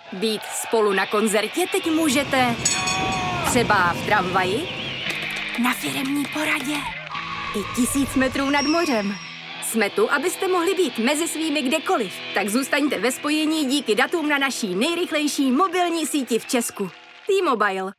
Být spolu na koncertě teď můžete třeba v tramvaji, na firemní poradě i 1000 metrů nad mořem. Jsme tu, abyste mohli být mezi svými kdekoliv. Tak zůstaňte ve spojení díky datům na naší nejrychlejší mobilní síti v Česku. T-Mobile.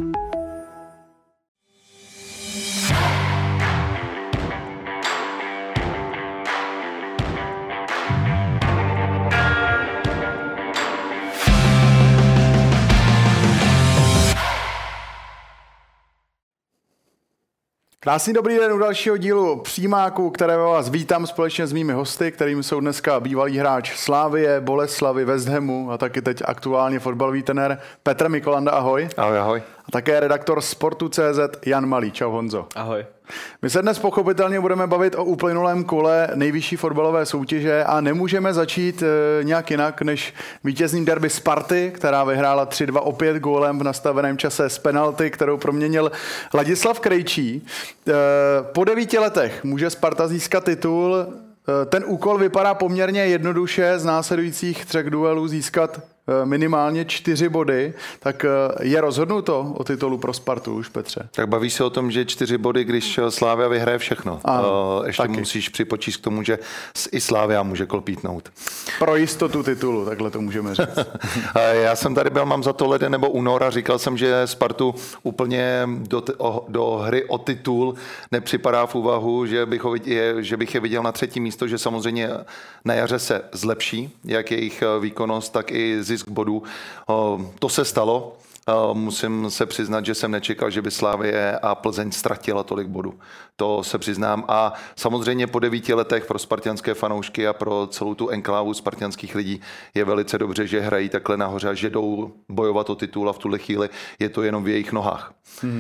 Krásný dobrý den u dalšího dílu Přímáku, které vás vítám společně s mými hosty, kterými jsou dneska bývalý hráč Slavie, Boleslavy, West Hamu a taky teď aktuálně fotbalový trenér Petr Mikolanda. Ahoj. Ahoj, ahoj. A také redaktor Sportu.cz Jan Malý. Čau Honzo. Ahoj. My se dnes pochopitelně budeme bavit o uplynulém kole nejvyšší fotbalové soutěže a nemůžeme začít nějak jinak než vítězným derby Sparty, která vyhrála 3-2 opět gólem v nastaveném čase z penalty, kterou proměnil Ladislav Krejčí. Po 9 letech může Sparta získat titul. Ten úkol vypadá poměrně jednoduše, z následujících 3 duelů získat minimálně 4 body, tak je rozhodnuto o titulu pro Spartu už, Petře? Tak baví se o tom, že 4 body, když Slavia vyhraje všechno. Ještě taky musíš připočíst k tomu, že i Slavia může kolpítnout. Pro jistotu titulu, takhle to můžeme říct. Já jsem tady byl, mám za to leden nebo únor a říkal jsem, že Spartu úplně do hry o titul nepřipadá v úvahu, že bych je viděl na 3. místo, že samozřejmě na jaře se zlepší, jak jejich výkonnost, tak i zisk bodů. To se stalo. Musím se přiznat, že jsem nečekal, že by Slavie a Plzeň ztratila tolik bodů. To se přiznám. A samozřejmě po 9 letech pro spartianské fanoušky a pro celou tu enklávu spartianských lidí je velice dobře, že hrají takhle nahoře a že jdou bojovat o titul a v tuhle chvíli je to jenom v jejich nohách.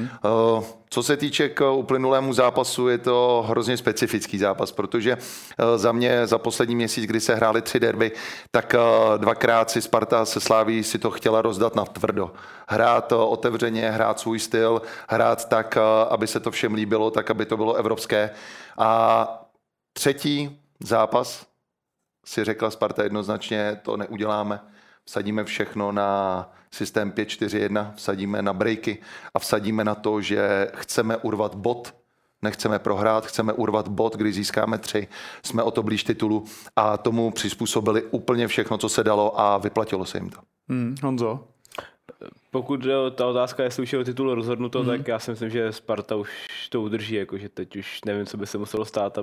Co se týče k uplynulému zápasu, je to hrozně specifický zápas, protože za mě za poslední měsíc, kdy se hrály 3 derby, tak 2krát si Sparta se Slaví si to chtěla rozdat na tvrdo. Hrát otevřeně, hrát svůj styl, hrát tak, aby se to všem líbilo, tak, aby to bylo evropské. A 3. zápas si řekla Sparta jednoznačně, to neuděláme. Vsadíme všechno na systém 5-4-1, vsadíme na breaky a vsadíme na to, že chceme urvat bod, nechceme prohrát, chceme urvat bod, když získáme 3, jsme o to blíž titulu a tomu přizpůsobili úplně všechno, co se dalo a vyplatilo se jim to. Honzo? Pokud ta otázka, jestli už je o titul rozhodnuto, tak já si myslím, že Sparta už to udrží, jakože teď už nevím, co by se muselo stát,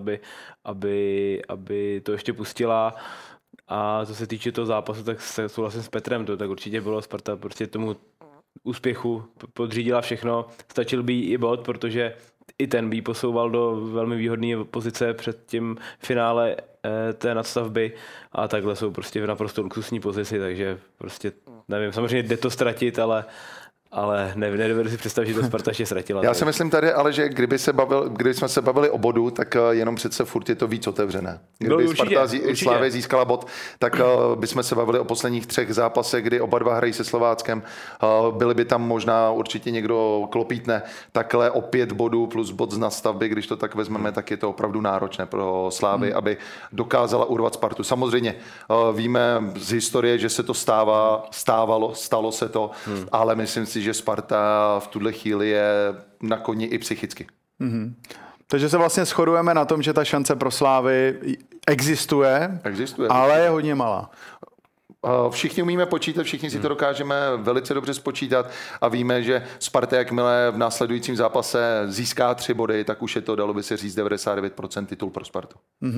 aby to ještě pustila. A co se týče toho zápasu, tak se souhlasím s Petrem, to tak určitě bylo. Sparta prostě tomu úspěchu podřídila všechno. Stačil by i bod, protože i ten by posouval do velmi výhodné pozice před tím finále té nadstavby a takhle jsou prostě v naprosto luxusní pozici, takže prostě nevím, samozřejmě jde to ztratit, ale nedovedu si představit, že to Sparta ještě ztratila. Já si myslím tady, ale že kdyby jsme se bavili o bodu, tak jenom přece furt je to víc otevřené. Kdyby Sparta Slavie získala bod, tak bychom se bavili o posledních 3 zápasech, kdy oba dva hrají se Slováckem. Byli by tam možná určitě někdo klopítne. Takhle o 5 bodů plus bod z nadstavby, když to tak vezmeme, tak je to opravdu náročné pro Slavii, aby dokázala urvat Spartu. Samozřejmě víme z historie, že se to stalo se to, ale myslím si, že Sparta v tuhle chvíli je na koni i psychicky. Takže se vlastně shodujeme na tom, že ta šance pro Slávy existuje, ale je hodně malá. Všichni umíme počítat, všichni si to dokážeme velice dobře spočítat a víme, že Sparta, jakmile v následujícím zápase získá 3 body, tak už je to, dalo by se říct, 99% titul pro Spartu.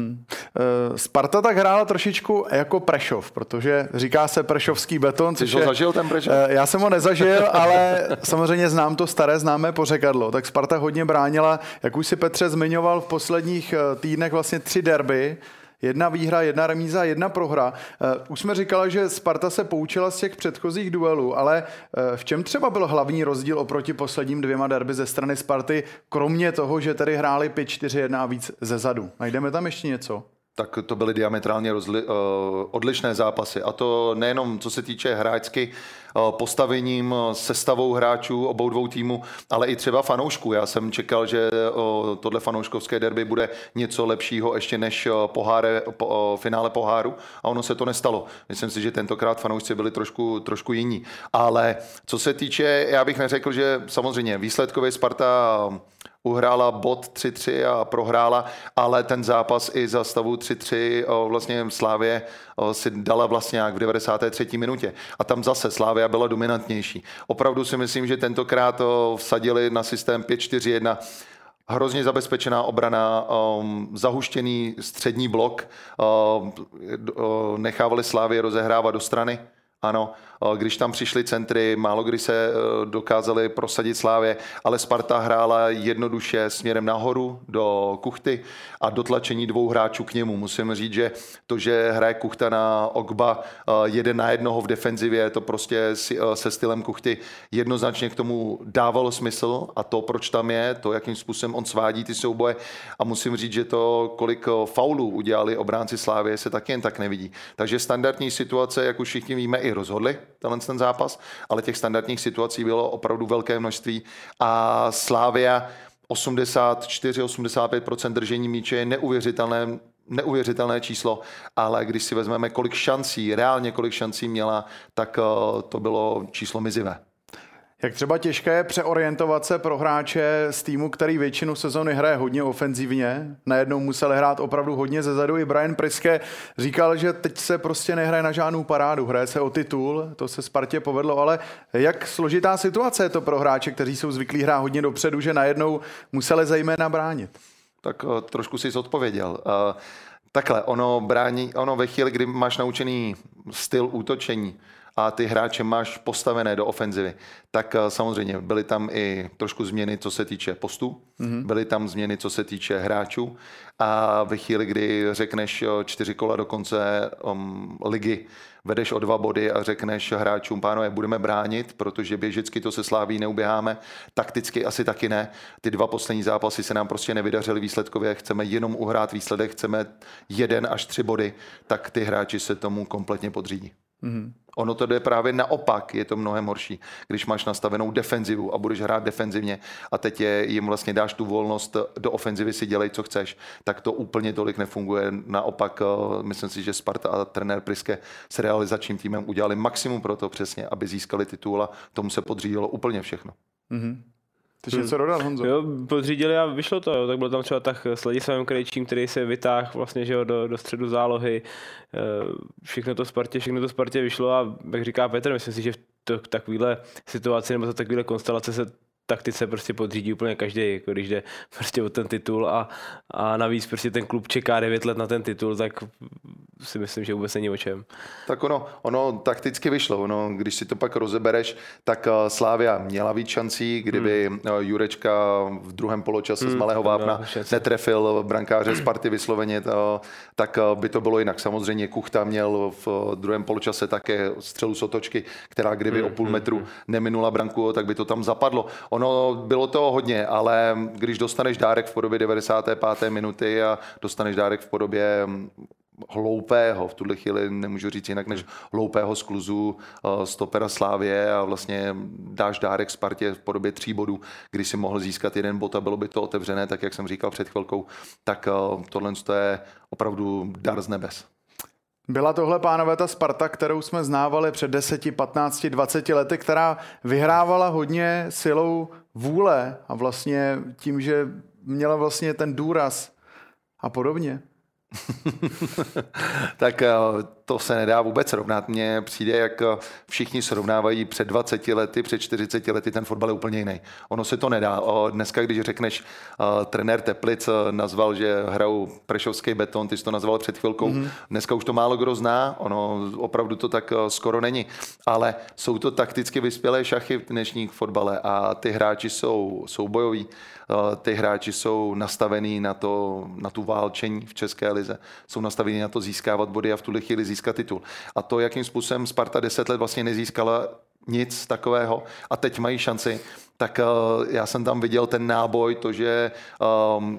Sparta tak hrála trošičku jako Prešov, protože říká se prešovský beton. Jsi ho zažil ten Prešov? Já jsem ho nezažil, ale samozřejmě znám to staré známé pořekadlo. Tak Sparta hodně bránila, jak už si Petře zmiňoval, v posledních týdnech vlastně 3 derby. 1 výhra, 1 remíza, 1 prohra. Už jsme říkali, že Sparta se poučila z těch předchozích duelů, ale v čem třeba byl hlavní rozdíl oproti posledním 2 derby ze strany Sparty, kromě toho, že tady hráli 5-4-1 a víc zezadu? Najdeme tam ještě něco? Tak to byly diametrálně odlišné zápasy. A to nejenom co se týče hráčsky, postavením, sestavou hráčů obou dvou týmů, ale i třeba fanoušků. Já jsem čekal, že tohle fanouškovské derby bude něco lepšího ještě než finále poháru a ono se to nestalo. Myslím si, že tentokrát fanoušci byli trošku jiní. Ale co se týče, já bych neřekl, že samozřejmě výsledkově Sparta uhrála bod 3-3 a prohrála, ale ten zápas i za stavu 3-3 vlastně Slavie si dala vlastně nějak v 93. minutě. A tam zase Slavia byla dominantnější. Opravdu si myslím, že tentokrát vsadili na systém 5-4-1. Hrozně zabezpečená obrana, zahuštěný střední blok, nechávali Slavii rozehrávat do strany. Ano, když tam přišly centry, málo kdy se dokázali prosadit Slavie, ale Sparta hrála jednoduše směrem nahoru do Kuchty a dotlačení dvou hráčů k němu. Musím říct, že to, že hraje Kuchta na Ogba 1 na 1 v defenzivě, to prostě se stylem Kuchty jednoznačně k tomu dávalo smysl a to, proč tam je, to, jakým způsobem on svádí ty souboje a musím říct, že to, kolik faulů udělali obránci Slavie, se taky jen tak nevidí. Takže standardní situace, jak už všichni víme, i rozhodli ten zápas, ale těch standardních situací bylo opravdu velké množství a Slavia 84-85% držení míče je neuvěřitelné číslo, ale když si vezmeme, reálně kolik šancí měla, tak to bylo číslo mizivé. Jak třeba těžké je přeorientovat se pro hráče z týmu, který většinu sezony hraje hodně ofenzivně. Najednou museli hrát opravdu hodně zezadu. I Brian Priske říkal, že teď se prostě nehraje na žádnou parádu, hraje se o titul, to se Spartě povedlo, ale jak složitá situace je to pro hráče, kteří jsou zvyklí hrát hodně dopředu, že najednou museli zejména bránit? Tak trošku si odpověděl. Takhle, ono ve chvíli, kdy máš naučený styl útočení, a ty hráče máš postavené do ofenzivy, tak samozřejmě byly tam i trošku změny, co se týče postů, byly tam změny, co se týče hráčů a ve chvíli, kdy řekneš 4 kola do konce ligy, vedeš o 2 body a řekneš hráčům, pánové, budeme bránit, protože běžecky to se Slaví neuběháme, takticky asi taky ne. Ty 2 poslední zápasy se nám prostě nevydařily výsledkově, chceme jenom uhrát výsledek, chceme 1 až 3 body, tak ty hráči se tomu kompletně podřídí. Ono to jde právě naopak, je to mnohem horší, když máš nastavenou defenzivu a budeš hrát defenzivně a teď jim vlastně dáš tu volnost do ofenzivy, si dělej, co chceš, tak to úplně tolik nefunguje. Naopak, myslím si, že Sparta a trenér Priske s realizačním týmem udělali maximum pro to přesně, aby získali titul a tomu se podřídilo úplně všechno. Ty něco dodal, Honzo? Jo, podřídili a vyšlo to, jo. Tak byl tam třeba tak s Ladislavem Krejčím, který se vytáhl vlastně, že jo, do středu zálohy. Všechno to Spartě vyšlo a jak říká Petr, myslím si, že v takovéhle situaci nebo za takovéhle konstelace se taktice prostě podřídí úplně každý, jako když jde prostě o ten titul a navíc prostě ten klub čeká 9 let na ten titul, tak si myslím, že vůbec není o čem. Tak ono takticky vyšlo, když si to pak rozebereš, tak Slavia měla víc šancí, kdyby Jurečka v druhém poločase z malého vápna netrefil brankáře Sparty vysloveně, tak by to bylo jinak. Samozřejmě Kuchta měl v druhém poločase také střelu z otočky, která kdyby o půl metru neminula branku, tak by to tam zapadlo. Ono bylo toho hodně, ale když dostaneš dárek v podobě 95. minuty a dostaneš dárek v podobě hloupého, v tuhle chvíli nemůžu říct jinak než hloupého skluzu stopera Slávie a vlastně dáš dárek Spartě v podobě 3 bodů, když si mohl získat 1 bod a bylo by to otevřené, tak jak jsem říkal před chvilkou, tak tohle je opravdu dar z nebes. Byla tohle, pánové, ta Sparta, kterou jsme znávali před 10, 15, 20 lety, která vyhrávala hodně silou vůle a vlastně tím, že měla vlastně ten důraz a podobně. Tak to se nedá vůbec srovnat. Mně přijde, jak všichni srovnávají před 20 lety, před 40 lety, ten fotbal je úplně jiný. Ono se to nedá. Dneska, když řekneš, trenér Teplic nazval, že hrajou prešovský beton, ty jsi to nazval před chvilkou. Dneska už to málo kdo zná, ono opravdu to tak skoro není. Ale jsou to takticky vyspělé šachy v dnešních fotbale a ty hráči jsou bojoví. Ty hráči jsou nastavení na tu válčení v České lize. Jsou nastavení na to získávat body a v tuhle chvíli získat titul. A to, jakým způsobem Sparta 10 let vlastně nezískala nic takového a teď mají šanci, tak já jsem tam viděl ten náboj, to, že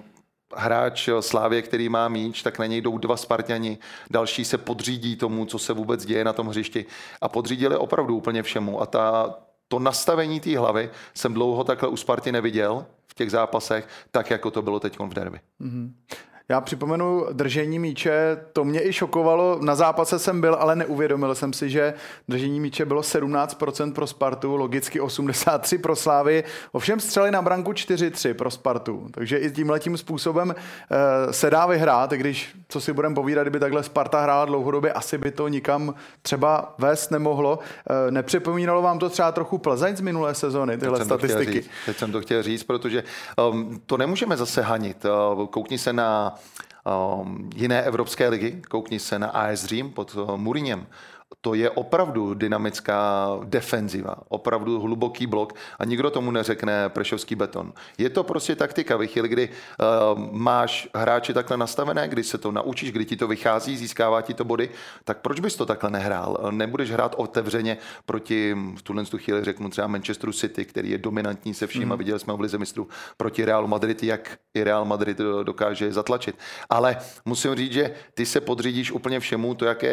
hráč Slávie, který má míč, tak na něj jdou 2 Sparťani, další se podřídí tomu, co se vůbec děje na tom hřišti a podřídili opravdu úplně všemu a to nastavení té hlavy jsem dlouho takhle u Sparty neviděl v těch zápasech, tak jako to bylo teď v derby. Mm-hmm. Já připomenu držení míče, to mě i šokovalo, na zápase jsem byl, ale neuvědomil jsem si, že držení míče bylo 17% pro Spartu, logicky 83% pro Slávy, ovšem střely na branku 4-3 pro Spartu, takže i tímhletím způsobem se dá vyhrát, když, co si budeme povídat, kdyby takhle Sparta hrála dlouhodobě, asi by to nikam třeba vést nemohlo. Nepřipomínalo vám to třeba trochu Plzeň z minulé sezony, tyhle statistiky? Teď jsem to chtěl říct, protože to nemůžeme zase hanit. Koukni se na jiné evropské ligy, koukni se na AS Řím pod Mourinhem. To je opravdu dynamická defenziva, opravdu hluboký blok a nikdo tomu neřekne prešovský beton. Je to prostě taktika, ve chvíli, kdy máš hráče takhle nastavené, kdy se to naučíš, kdy ti to vychází, získává ti to body, tak proč bys to takhle nehrál? Nebudeš hrát otevřeně proti, v tuhle chvíli řeknu třeba Manchesteru City, který je dominantní se vším a viděli jsme v Lize mistrů proti Realu Madrid, jak i Real Madrid dokáže zatlačit. Ale musím říct, že ty se podřídíš úplně všemu,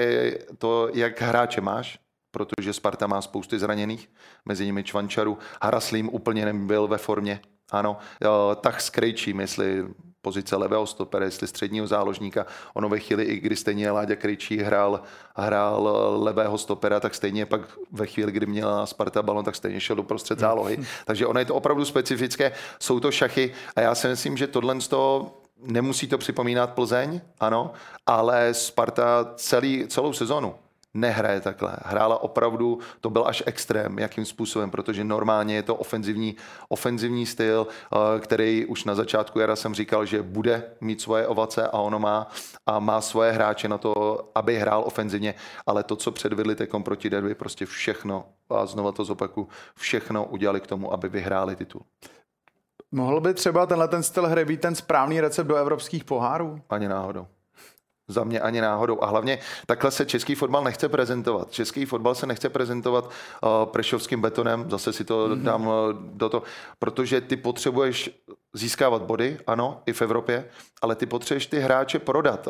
jak hráče máš, protože Sparta má spousty zraněných, mezi nimi Čvančaru, Haraslím úplně nebyl ve formě, ano, tak s Krejčím, jestli pozice levého stopera, jestli středního záložníka, ono ve chvíli, i kdy stejně Láďa Krejčí hrál levého stopera, tak stejně pak ve chvíli, kdy měla Sparta balon, tak stejně šel do prostřed zálohy. Takže ono je to opravdu specifické, jsou to šachy a já si myslím, že tohle nemusí to připomínat Plzeň, ano, ale Sparta celou sezonu nehraje takhle. Hrála opravdu, to byl až extrém, jakým způsobem, protože normálně je to ofenzivní styl, který už na začátku jara jsem říkal, že bude mít svoje ovace a ono má svoje hráče na to, aby hrál ofenzivně, ale to, co předvedli teďkom proti derby, prostě všechno, a znova to zopakuju, všechno udělali k tomu, aby vyhráli titul. Mohl by třeba ten styl hry být ten správný recept do evropských pohárů? Ani náhodou. Za mě ani náhodou. A hlavně takhle se český fotbal nechce prezentovat. Český fotbal se nechce prezentovat prešovským betonem, zase si to dám do toho, protože ty potřebuješ získávat body, ano, i v Evropě, ale ty potřebuješ ty hráče prodat.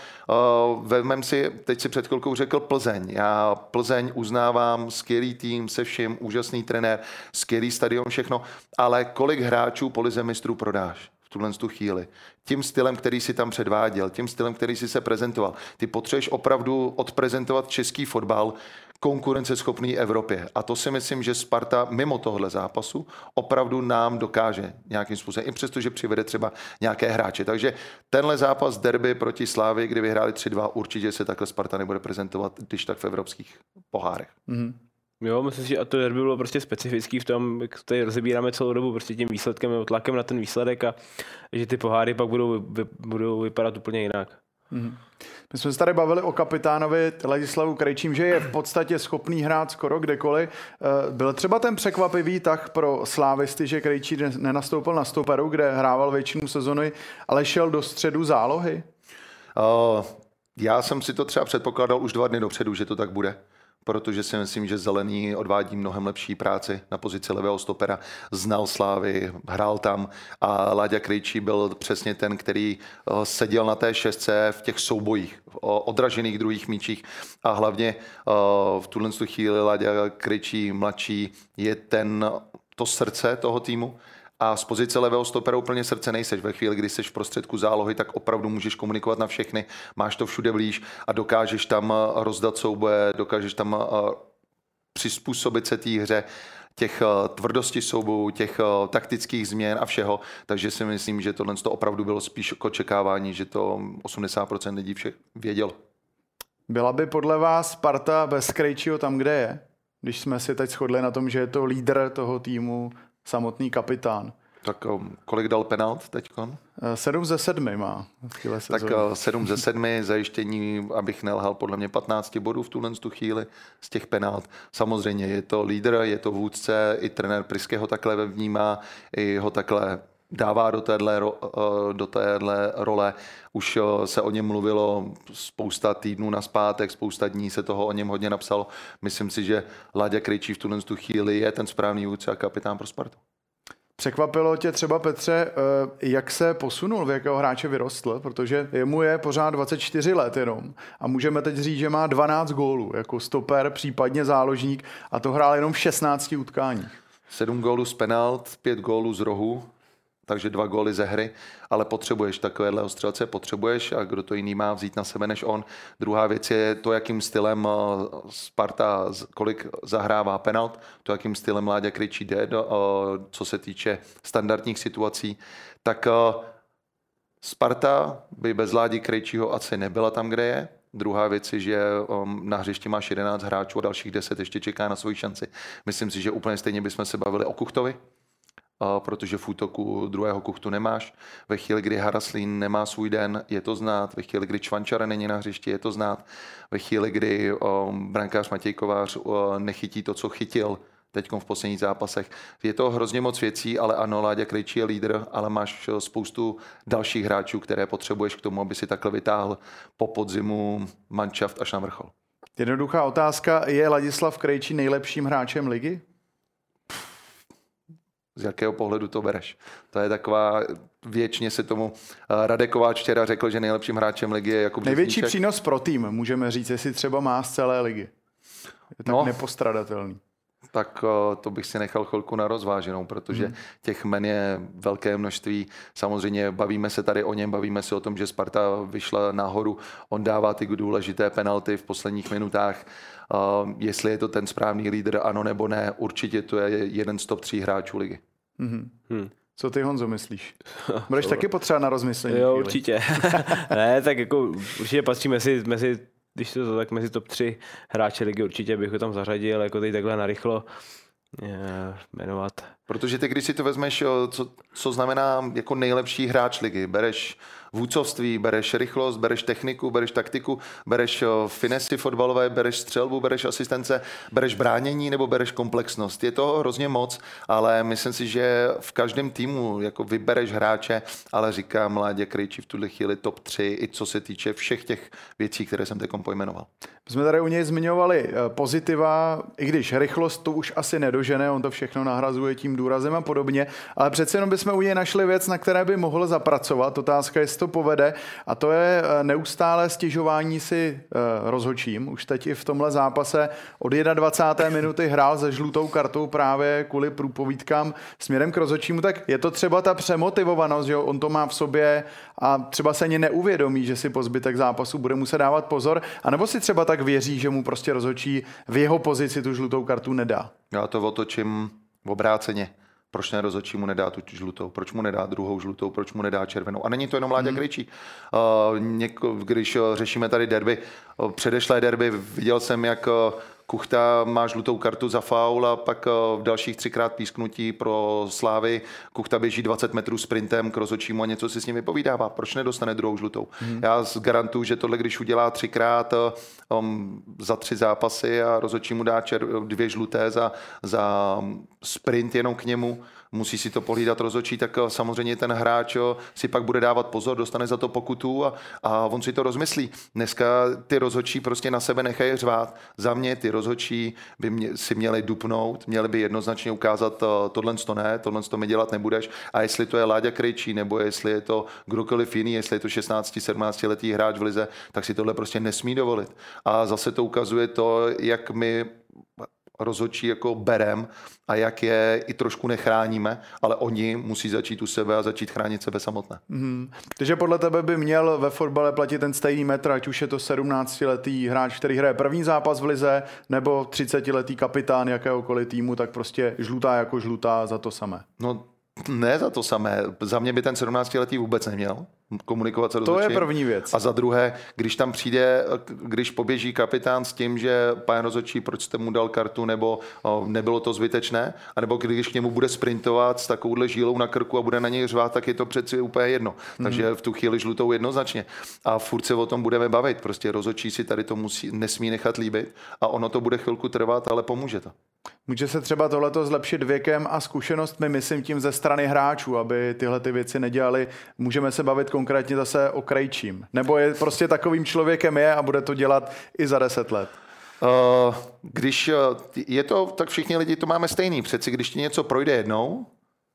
Vezmem si, teď si před chvilkou řekl Plzeň. Já Plzeň uznávám, skvělý tým se vším, úžasný trenér, skvělý stadion, všechno, ale kolik hráčů po Lize mistrů prodáš v tuhle chvíli? Tím stylem, který si tam předváděl, tím stylem, který si se prezentoval. Ty potřebuješ opravdu odprezentovat český fotbal konkurenceschopný Evropě. A to si myslím, že Sparta mimo tohle zápasu opravdu nám dokáže nějakým způsobem, i přesto, že přivede třeba nějaké hráče. Takže tenhle zápas derby proti Slávii, kdy vyhráli 3-2, určitě se takhle Sparta nebude prezentovat, když tak v evropských pohárech. Mm-hmm. Jo, myslím si, že a to derby bylo prostě specifický v tom, jak tady rozebíráme celou dobu prostě tím výsledkem nebo tlakem na ten výsledek a že ty poháry pak budou vypadat úplně jinak. Mm-hmm. My jsme se tady bavili o kapitánovi Ladislavu Krejčím, že je v podstatě schopný hrát skoro kdekoliv. Byl třeba ten překvapivý tah pro slávisty, že Krejčí nenastoupil na stoperu, kde hrával většinu sezony, ale šel do středu zálohy? Já jsem si to třeba předpokládal už 2 dny dopředu, že to tak bude. Protože si myslím, že Zelený odvádí mnohem lepší práci na pozici levého stopera. Znal Slávy, hrál tam a Láďa Krejčí byl přesně ten, který seděl na té šestce v těch soubojích, odražených druhých míčích a hlavně v tuhle chvíli Láďa Krejčí mladší je to srdce toho týmu. A z pozice levého stopera úplně srdce nejseš. Ve chvíli, kdy jsi v prostředku zálohy, tak opravdu můžeš komunikovat na všechny. Máš to všude blíž a dokážeš tam rozdat souboje, dokážeš tam přizpůsobit se té hře, těch tvrdosti soubojů, těch taktických změn a všeho. Takže si myslím, že tohle opravdu bylo spíš k očekávání, že to 80% lidí všech vědělo. Byla by podle vás Sparta bez Krejčího tam, kde je? Když jsme si teď shodli na tom, že je to lídr toho týmu, samotný kapitán. Tak kolik dal penalt teďkon? 7 ze 7 má. Tak 7 ze 7 zajištění, abych nelhal, podle mě 15 bodů v tuhle chvíli z těch penalt. Samozřejmě je to lídr, je to vůdce, i trenér Priske ho takhle vnímá, i ho takhle dává do téhle role. Už se o něm mluvilo spousta týdnů nazpátek, spousta dní se toho o něm hodně napsalo. Myslím si, že Láďa Krejčí v tuhle chvíli je ten správný vůdce a kapitán pro Spartu. Překvapilo tě třeba, Petře, jak se posunul, v jakého hráče vyrostl, protože jemu je pořád 24 let jenom a můžeme teď říct, že má 12 gólů jako stoper, případně záložník a to hrál jenom v 16 utkáních. 7 gólů z penalt, 5 gólů z rohu, takže 2 góly ze hry, ale potřebuješ takovéhle střelce, potřebuješ a kdo to jiný má vzít na sebe než on. Druhá věc je to, jakým stylem Sparta, kolik zahrává penalt, to, jakým stylem Láďa Krejčí jde, co se týče standardních situací, tak Sparta by bez Ládi Krejčího asi nebyla tam, kde je. Druhá věc je, že na hřišti máš 11 hráčů a dalších 10 ještě čeká na svoji šanci. Myslím si, že úplně stejně bychom se bavili o Kuchtovi, protože v útoku druhého Kuchtu nemáš. Ve chvíli, kdy Haraslín nemá svůj den, je to znát. Ve chvíli, kdy Čvančara není na hřišti, je to znát. Ve chvíli, kdy brankář Matěj Kovář nechytí to, co chytil teď v posledních zápasech. Je to hrozně moc věcí, ale ano, Láďa Krejčí je lídr, ale máš spoustu dalších hráčů, které potřebuješ k tomu, aby si takhle vytáhl po podzimu manšaft až na vrchol. Jednoduchá otázka, je Ladislav Krejčí nejlepším hráčem ligy? Z jakého pohledu to bereš? To je taková, věčně se tomu Radek Kováč včera řekl, že nejlepším hráčem ligy je Jakub Největší Řezníček. přínos pro tým, můžeme říct, jestli třeba má z celé ligy. Je tak nepostradatelný. Tak to bych si nechal chvilku na rozváženou, protože těch men je velké množství. Samozřejmě bavíme se tady o něm, bavíme se o tom, že Sparta vyšla nahoru. On dává ty důležité penalty v posledních minutách. Jestli je to ten správný lídr, ano nebo ne, určitě to je jeden z top 3 hráčů ligy. Co ty, Honzo, myslíš? Budeš taky potřeba na rozmyslení? Jo, chvíli. určitě. Ne, tak jako určitě patří mezi když to tak mezi top 3 hráče ligy určitě bych ho tam zařadil, jako teď takhle narychlo jmenovat. Protože ty, když si to vezmeš, co znamená jako nejlepší hráč ligy, bereš vůdcovství, bereš rychlost, bereš techniku, bereš taktiku, bereš finesy fotbalové, bereš střelbu, bereš asistence, bereš bránění nebo bereš komplexnost. Je to hrozně moc, ale myslím si, že v každém týmu jako vybereš hráče, ale říkám Láďa Krejčí v tuhle chvíli top 3, i co se týče všech těch věcí, které jsem teď pojmenoval. Jsme tady u něj zmiňovali pozitiva, i když rychlost to už asi nedožene, on to všechno nahrazuje tím důrazem a podobně, ale přece jenom bychom u něj našli věc, na které by mohl zapracovat. Otázka, jestli to povede, a to je neustálé stěžování si rozhodčím. Už teď i v tomhle zápase od 21. minuty hrál se žlutou kartou právě kvůli průpovídkám směrem k rozhodčímu, tak je to třeba ta přemotivovanost, že on to má v sobě a třeba se ani neuvědomí, že si po zbytek zápasu bude muset dávat pozor, anebo si třeba tak věří, že mu prostě rozhodčí v jeho pozici tu žlutou kartu nedá. Já to otočím obráceně. Proč rozhodčí mu nedá tu žlutou? Proč mu nedá druhou žlutou? Proč mu nedá červenou? A není to jenom Láďa Krejčí. Když řešíme tady derby, předešlé derby, viděl jsem, jak Kuchta má žlutou kartu za faul a pak v dalších 3krát písknutí pro Slávy Kuchta běží 20 metrů sprintem k rozhodčímu a něco si s ním vypovídává. Proč nedostane druhou žlutou? Já garantuju, že tohle, když udělá 3krát za 3 zápasy a rozhodčí mu dá 2 žluté za sprint jenom k němu, musí si to pohlídat rozhodčí, tak samozřejmě ten hráč si pak bude dávat pozor, dostane za to pokutu a on si to rozmyslí. Dneska ty rozhodčí prostě na sebe nechají řvát. Za mě ty rozhodčí by si měli dupnout, měli by jednoznačně ukázat tohle to mi dělat nebudeš. A jestli to je Láďa Krejčí, nebo jestli je to kdokoliv jiný, jestli je to 16-17 letý hráč v lize, tak si tohle prostě nesmí dovolit. A zase to ukazuje to, jak my rozhodčí jako berem a jak je i trošku nechráníme, ale oni musí začít u sebe a začít chránit sebe samotné. Takže podle tebe by měl ve fotbale platit ten stejný metr, ať už je to 17letý hráč, který hraje první zápas v lize, nebo 30letý kapitán jakéhokoliv týmu, tak prostě žlutá jako žlutá za to samé. No ne za to samé. Za mě by ten 17letý vůbec neměl komunikovat se rozhodčím. To je první věc. A za druhé, když tam přijde, když poběží kapitán s tím, že pán rozhodčí, proč jste mu dal kartu, nebo nebylo to zbytečné, anebo když k němu bude sprintovat s takovouhle žílou na krku a bude na něj řvát, tak je to přeci úplně jedno. Takže v tu chvíli žlutou jednoznačně. A furt se o tom budeme bavit. Prostě rozhodčí si tady to nesmí nechat líbit a ono to bude chvilku trvat, ale pomůže to. Může se třeba tohleto zlepšit věkem a zkušenostmi, myslím tím ze strany hráčů, aby tyhle ty věci nedělali. Můžeme se bavit konkrétně zase o Krejčím. Nebo je prostě takovým člověkem a bude to dělat i za 10 let. Když je to, tak všichni lidi to máme stejný. Přeci když ti něco projde jednou,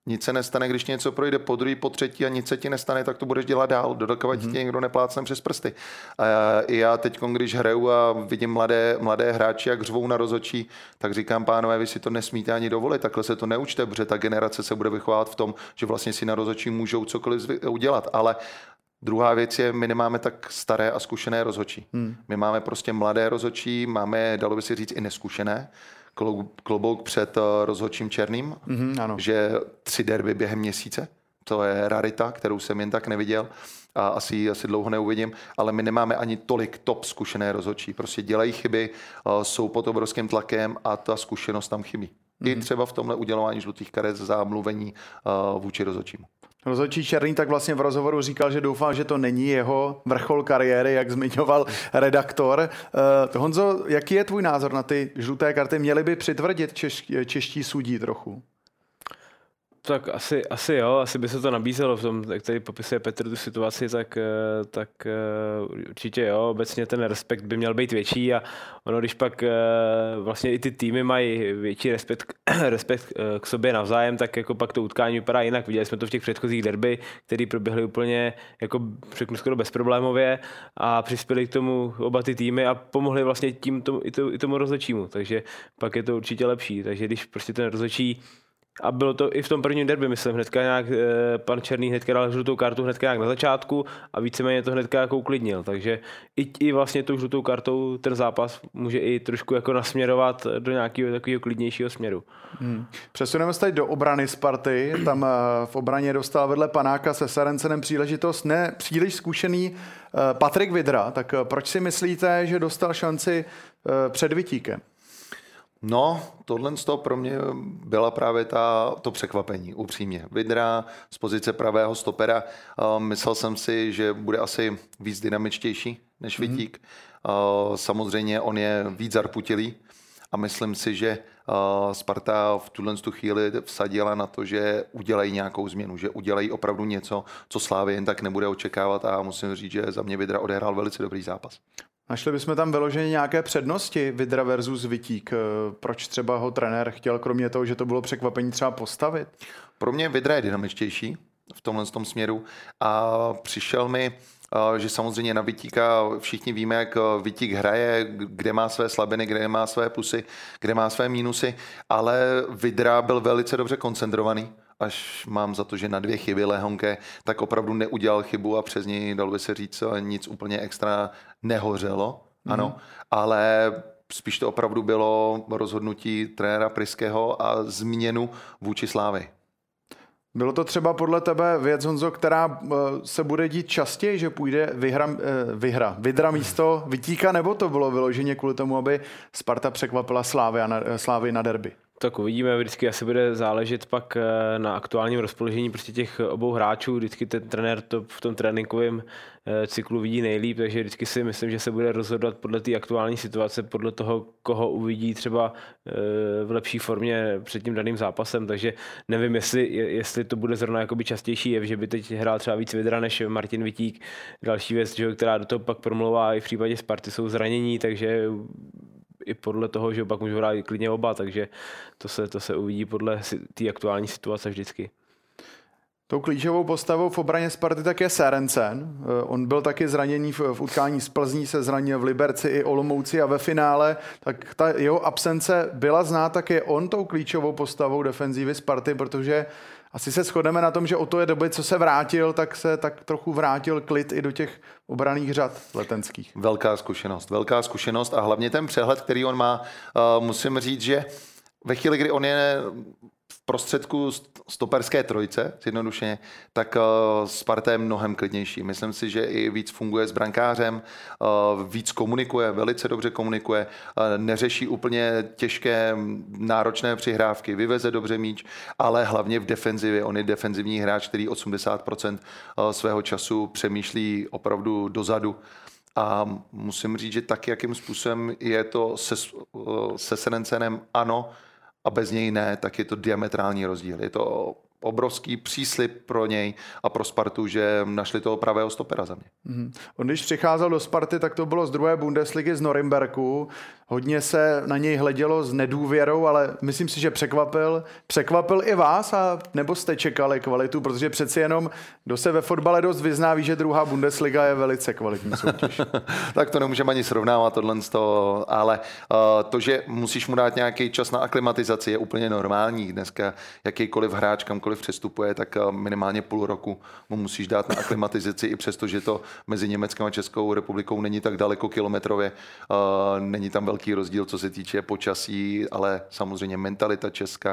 Nic se nestane, když něco projde po druhý, po třetí a nic se ti nestane, tak to budeš dělat dál, dokud tě někdo neplácne přes prsty. A já teď, když hraju a vidím mladé hráči, jak řvou na rozhodčí, tak říkám, pánové, vy si to nesmíte ani dovolit, takhle se to neučte, protože ta generace se bude vychovávat v tom, že vlastně si na rozhodčí můžou cokoliv udělat, ale druhá věc je, my nemáme tak staré a zkušené rozhodčí. My máme prostě mladé rozhodčí, máme, dalo by si říct, i neskušené. Klobouk před rozhodčím Černým, ano. že 3 derby během měsíce, to je rarita, kterou jsem jen tak neviděl a asi dlouho neuvidím, ale my nemáme ani tolik top zkušené rozhodčí. Prostě dělají chyby, jsou pod obrovským tlakem a ta zkušenost tam chybí. I třeba v tomhle udělování žlutých karet za mluvení vůči rozhodčímu. Rozhodčí Černý tak vlastně v rozhovoru říkal, že doufal, že to není jeho vrchol kariéry, jak zmiňoval redaktor. Honzo, jaký je tvůj názor na ty žluté karty? Měli by přitvrdit čeští sudí trochu? Tak asi jo, asi by se to nabízelo v tom, jak tady popisuje Petr tu situaci, tak určitě jo, obecně ten respekt by měl být větší a ono, když pak vlastně i ty týmy mají větší respekt k sobě navzájem, tak jako pak to utkání vypadá jinak. Viděli jsme to v těch předchozích derby, které proběhly úplně, jako řeknu skoro bezproblémově a přispěli k tomu oba ty týmy a pomohli vlastně tím i tomu rozhodčímu, takže pak je to určitě lepší. Takže když prostě ten rozhodčí, a bylo to i v tom prvním derby, myslím, hnedka nějak pan Černý hnedka dal žlutou kartu hnedka nějak na začátku a víceméně to hnedka jako uklidnil. Takže i vlastně tou žlutou kartou ten zápas může i trošku jako nasměrovat do nějakého takového klidnějšího směru. Přesuneme se teď do obrany Sparty. Tam v obraně dostal vedle Panáka se Serencenem příležitost nepříliš zkušený Patrik Vydra. Tak proč si myslíte, že dostal šanci před Vitíkem? No, tohle z toho pro mě byla právě to překvapení, upřímně. Vydra z pozice pravého stopera, myslel jsem si, že bude asi víc dynamičtější než Vitík. Samozřejmě on je víc zarputilý a myslím si, že Sparta v tuhle chvíli vsadila na to, že udělají nějakou změnu, že udělají opravdu něco, co Slávy jen tak nebude očekávat a musím říct, že za mě Vydra odehrál velice dobrý zápas. Našli bychom tam vyloženě nějaké přednosti Vydra versus Vitík. Proč třeba ho trenér chtěl, kromě toho, že to bylo překvapení, třeba postavit? Pro mě Vydra je dynamičtější v tomhle směru a přišel mi, že samozřejmě na Vitíka všichni víme, jak Vitík hraje, kde má své slabiny, kde má své plusy, kde má své mínusy, ale Vydra byl velice dobře koncentrovaný. Až mám za to, že na 2 chyby Lehonke, tak opravdu neudělal chybu a přes něj, dalo by se říct, nic úplně extra nehořelo, ano, ale spíš to opravdu bylo rozhodnutí trenéra Pryského a změnu vůči Slávy. Bylo to třeba podle tebe věc, Honzo, která se bude dít častěji, že půjde Vydra místo Vitíka, nebo to bylo vyloženě kvůli tomu, aby Sparta překvapila Slávy na derby? Tak uvidíme, vždycky asi bude záležet pak na aktuálním rozpoložení prostě těch obou hráčů. Vždycky ten trenér to v tom tréninkovém cyklu vidí nejlíp, takže vždycky si myslím, že se bude rozhodovat podle té aktuální situace, podle toho, koho uvidí třeba v lepší formě před tím daným zápasem, takže nevím, jestli to bude zrovna jakoby častější jev, že by teď hrál třeba víc Vydra než Martin Vitík. Další věc, která do toho pak promlouvá i v případě Sparty, jsou zranění, takže i podle toho, že pak můžou hrát klidně oba, takže to se uvidí podle té aktuální situace vždycky. Tou klíčovou postavou v obraně Sparty tak je Serencen. On byl taky zraněný v utkání z Plzní, se zranil v Liberci i Olomouci a ve finále, tak ta jeho absence byla znát, tak je on tou klíčovou postavou defenzívy Sparty, protože asi se shodneme na tom, že od té doby, co se vrátil, tak se tak trochu vrátil klid i do těch obranných řad letenských. Velká zkušenost a hlavně ten přehled, který on má, musím říct, že ve chvíli, kdy on je v prostředku stoperské trojice, zjednodušeně, tak Sparta je mnohem klidnější. Myslím si, že i víc funguje s brankářem, víc komunikuje, velice dobře komunikuje, neřeší úplně těžké, náročné přihrávky, vyveze dobře míč, ale hlavně v defenzivě. On je defenzivní hráč, který 80% svého času přemýšlí opravdu dozadu. A musím říct, že tak, jakým způsobem je to se Serencenem, ano, a bez něj ne, tak je to diametrální rozdíl. Je to obrovský příslib pro něj a pro Spartu, že našli toho pravého stopera za mě. On když přicházel do Sparty, tak to bylo z druhé Bundesligy z Norimberku. Hodně se na něj hledělo s nedůvěrou, ale myslím si, že překvapil i vás, a nebo jste čekali kvalitu, protože přeci jenom, kdo se ve fotbale dost vyzná, ví, že druhá Bundesliga je velice kvalitní soutěž. Tak to nemůžeme ani srovnávat tohle z toho, ale to, že musíš mu dát nějaký čas na aklimatizaci, je úplně normální. Dneska jakýkoliv hráč kamkoliv přestupuje, tak minimálně půl roku mu musíš dát na aklimatizaci, i přesto, že to mezi Německem a Českou republikou není tak daleko kilometrově, není tam velký rozdíl, co se týče počasí, ale samozřejmě mentalita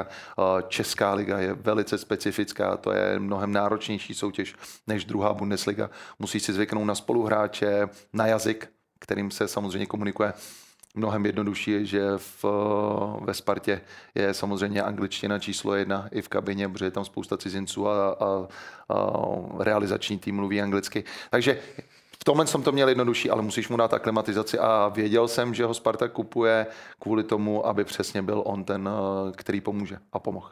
česká liga je velice specifická, to je mnohem náročnější soutěž než druhá Bundesliga. Musíš si zvyknout na spoluhráče, na jazyk, kterým se samozřejmě komunikuje. Mnohem jednodušší je, že ve Spartě je samozřejmě angličtina číslo 1 i v kabině, protože je tam spousta cizinců a realizační tým mluví anglicky. Takže v tomhle jsem to měl jednodušší, ale musíš mu dát aklimatizaci a věděl jsem, že ho Sparta kupuje kvůli tomu, aby přesně byl on ten, který pomůže a pomohl.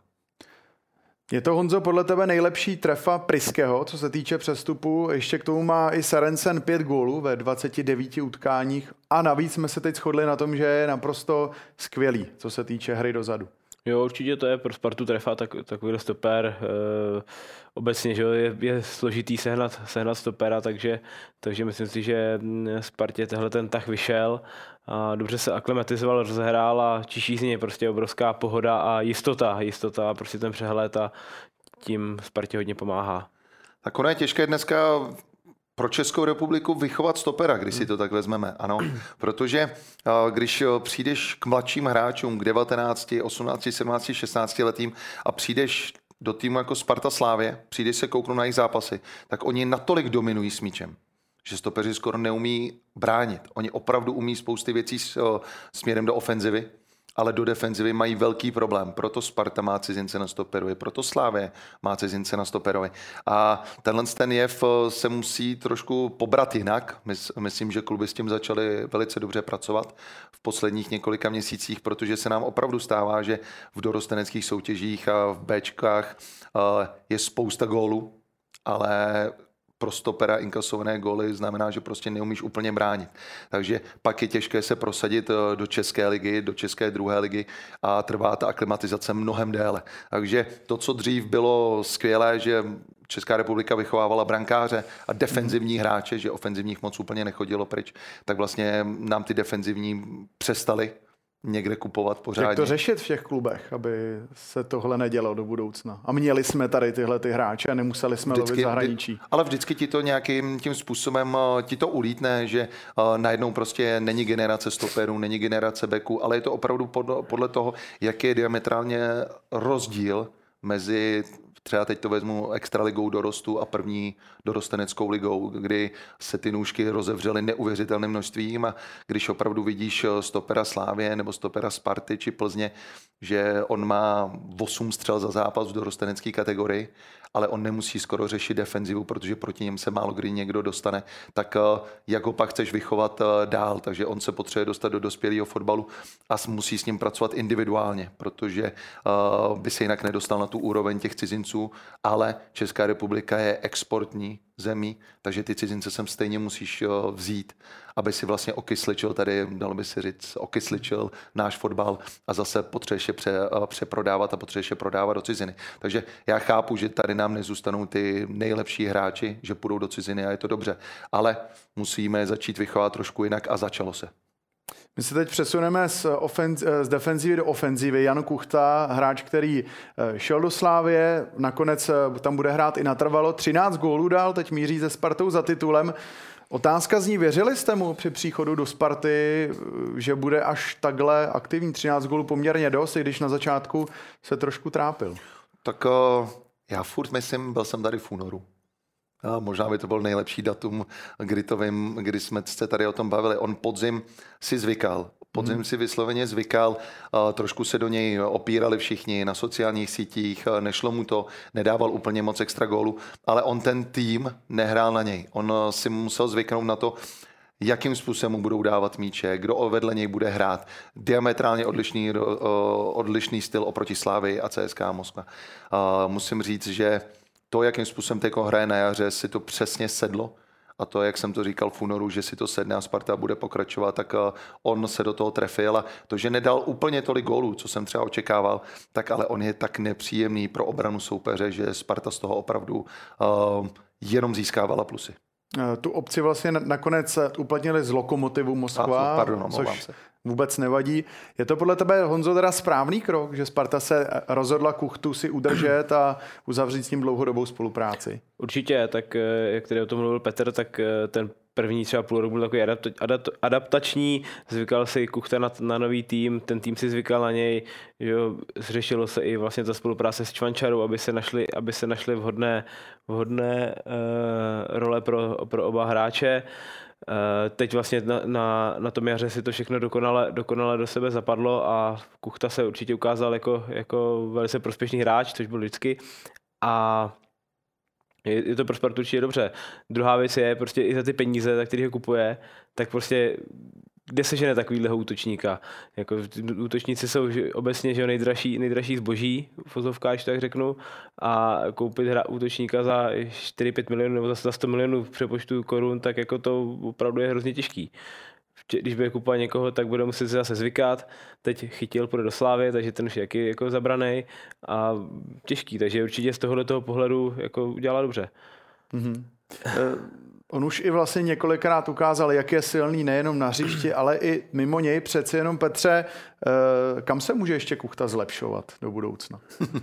Je to, Honzo, podle tebe nejlepší trefa Priskeho, co se týče přestupu? Ještě k tomu má i Sørensen 5 gólů ve 29 utkáních a navíc jsme se teď shodli na tom, že je naprosto skvělý, co se týče hry dozadu. Jo, určitě to je pro Spartu trefa, takovýhle stoper. Obecně, že je složitý sehnat stopera, takže myslím si, že Spartě tenhle ten tah vyšel a dobře se aklimatizoval, rozehrál a čiší z něj prostě obrovská pohoda a jistota, prostě ten přehled a tím Spartě hodně pomáhá. Tak ono je těžké dneska pro Českou republiku vychovat stopera, když si to tak vezmeme, ano. Protože když přijdeš k mladším hráčům, k 19, 18, 17, 16 letým a přijdeš do týmu jako Sparta Slávě, přijdeš se kouknout na jejich zápasy, tak oni natolik dominují s míčem, že stopeři skoro neumí bránit. Oni opravdu umí spousty věcí směrem do ofenzivy, ale do defenzivy mají velký problém. Proto Sparta má cizince na stoperovi, proto Slávě má cizince na stoperovi. A ten jev se musí trošku pobrat jinak. Myslím, že kluby s tím začaly velice dobře pracovat v posledních několika měsících, protože se nám opravdu stává, že v dorosteneckých soutěžích a v Bčkách je spousta gólů, ale pro stopera inkasované góly znamená, že prostě neumíš úplně bránit. Takže pak je těžké se prosadit do České ligy, do České druhé ligy a trvá ta aklimatizace mnohem déle. Takže to, co dřív bylo skvělé, že Česká republika vychovávala brankáře a defenzivní hráče, že ofenzivních moc úplně nechodilo pryč, tak vlastně nám ty defenzivní přestali někde kupovat pořádně. Jak to řešit v těch klubech, aby se tohle nedělo do budoucna? A měli jsme tady tyhle ty hráče a nemuseli jsme lovit zahraničí. Ale vždycky ti to nějakým tím způsobem ti to ulítne, že najednou prostě není generace stoperů, není generace beků, ale je to opravdu podle toho, jaký je diametrálně rozdíl mezi, třeba teď to vezmu, extraligou dorostu a první dorosteneckou ligou, kdy se ty nůžky rozevřely neuvěřitelným množstvím a když opravdu vidíš stopera Slávie nebo stopera Sparty či Plzně, že on má 8 střel za zápas v dorostenecké kategorii, ale on nemusí skoro řešit defenzivu, protože proti něm se málo kdy někdo dostane, tak jak ho pak chceš vychovat dál, takže on se potřebuje dostat do dospělého fotbalu a musí s ním pracovat individuálně, protože by se jinak nedostal na tu úroveň těch cizinců, ale Česká republika je exportní zemí, takže ty cizince sem stejně musíš vzít, aby si vlastně okysličil tady, dalo by si říct, okysličil náš fotbal a zase potřebuješ je přeprodávat a potřebuješ je prodávat do ciziny. Takže já chápu, že tady nám nezůstanou ty nejlepší hráči, že půjdou do ciziny a je to dobře, ale musíme začít vychovat trošku jinak a začalo se. My se teď přesuneme z defenzivy do ofenzivy. Jan Kuchta, hráč, který šel do Slávie, nakonec tam bude hrát i natrvalo. 13 gólů dal, teď míří se Spartou za titulem. Otázka zní, věřili jste mu při příchodu do Sparty, že bude až takhle aktivní? 13 gólů poměrně dost, i když na začátku se trošku trápil. Tak já furt myslím, byl jsem tady v únoru. A možná by to byl nejlepší datum, kdy jsme se tady o tom bavili. On podzim si zvykal. Podzim si vysloveně zvykal, trošku se do něj opírali všichni na sociálních sítích, nešlo mu to, nedával úplně moc extra gólů, ale on ten tým nehrál na něj. On si musel zvyknout na to, jakým způsobem mu budou dávat míče, kdo vedle něj bude hrát. Diametrálně odlišný styl oproti Slávii a CSKA Moskva. Musím říct, že to, jakým způsobem Teko hraje na jaře, si to přesně sedlo. A to, jak jsem to říkal v únoru, že si to sedne a Sparta bude pokračovat, tak on se do toho trefil. A to, že nedal úplně tolik gólů, co jsem třeba očekával, tak ale on je tak nepříjemný pro obranu soupeře, že Sparta z toho opravdu jenom získávala plusy. Tu opci vlastně nakonec uplatnili z Lokomotivu Moskva, což vůbec nevadí. Je to podle tebe, Honzo, teda správný krok, že Sparta se rozhodla Kuchtu si udržet a uzavřít s ním dlouhodobou spolupráci? Určitě, tak jak tady o tom mluvil Petr, tak ten první třeba půl rok byl takový adaptační, zvykal si Kuchta na nový tým, ten tým si zvykal na něj, že řešilo se i vlastně ta spolupráce s Čvančarou, aby se našly vhodné role pro oba hráče. Teď vlastně na tom jaře si to všechno dokonale do sebe zapadlo a Kuchta se určitě ukázal jako velice prospěšný hráč, což byl vždycky. A je to pro Spartu určitě dobře. Druhá věc je prostě i za ty peníze, za který ho kupuje, tak prostě kde se žene takovýhleho útočníka. Jako útočníci jsou obecně že nejdražší zboží, v vozovkách, tak řeknu, a koupit útočníka za 4-5 milionů nebo za 100 milionů v přepočtu korun, tak jako to opravdu je hrozně těžký. Když bude kupovat někoho, tak bude muset se zase zvykat. Teď chytil, půjde do Slávy, takže ten už je jako zabranej a těžký, takže určitě z tohoto pohledu jako udělala dobře. Mm-hmm. On už i vlastně několikrát ukázal, jak je silný nejenom na hřišti, ale i mimo něj. Přeci jenom, Petře, kam se může ještě Kuchta zlepšovat do budoucna?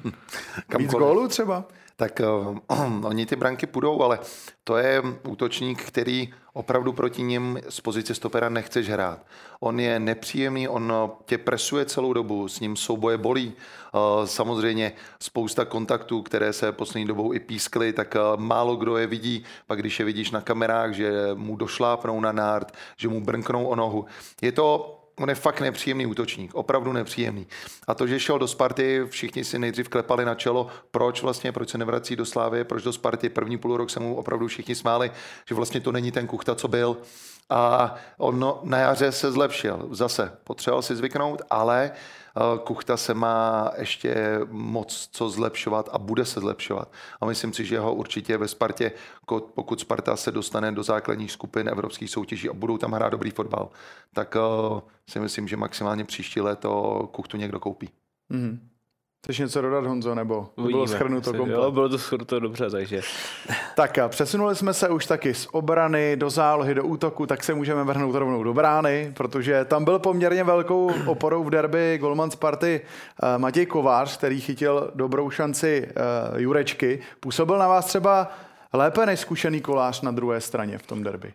Víc gólů třeba? Tak oni ty branky půjdou, ale to je útočník, který opravdu proti ním z pozice stopera nechceš hrát. On je nepříjemný, on tě presuje celou dobu, s ním souboje bolí. Samozřejmě spousta kontaktů, které se poslední dobou i pískly, tak málo kdo je vidí. Pak když je vidíš na kamerách, že mu došlápnou na nárt, že mu brnknou o nohu. On je fakt nepříjemný útočník, opravdu nepříjemný. A to, že šel do Sparty, všichni si nejdřív klepali na čelo, proč se nevrací do Slávie, proč do Sparty. První půlrok se mu opravdu všichni smáli, že vlastně to není ten Kuchta, co byl. A on na jaře se zlepšil. Zase potřeboval si zvyknout, ale Kuchta se má ještě moc co zlepšovat a bude se zlepšovat. A myslím si, že ho určitě ve Spartě, pokud Sparta se dostane do základních skupin evropských soutěží a budou tam hrát dobrý fotbal, tak si myslím, že maximálně příští léto Kuchtu někdo koupí. Mm-hmm. Chceš něco dodat, Honzo, nebo bylo shrnuto komplet? Jo, bylo to shrnuto dobře, takže. Tak a přesunuli jsme se už taky z obrany do zálohy, do útoku, tak se můžeme vrhnout rovnou do brány, protože tam byl poměrně velkou oporou v derby golman Sparty Matěj Kovář, který chytil dobrou šanci Jurečky. Působil na vás třeba lépe než zkušený Kolář na druhé straně v tom derby?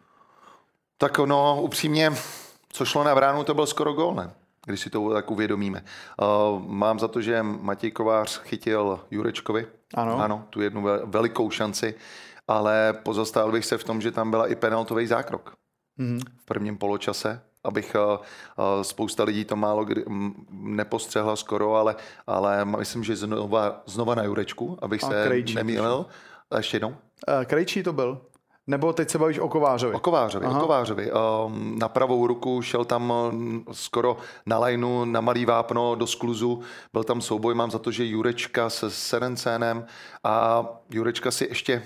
Tak upřímně, co šlo na bránu, to byl skoro gól, ne? Když si to tak uvědomíme. Mám za to, že Matěj Kovář chytil Jurečkovi. Ano, tu jednu velikou šanci, ale pozastavil bych se v tom, že tam byla i penaltový zákrok v prvním poločase, abych spousta lidí to málo nepostřehla skoro, ale myslím, že znova na Jurečku, abych se nemýlil. A ještě jednou. Krejčí to byl? Nebo teď se bavíš o Kovářovi? O Kovářovi. Na pravou ruku šel tam skoro na lajnu, na malý vápno, do skluzu. Byl tam souboj, mám za to, že Jurečka se Serencénem a Jurečka si ještě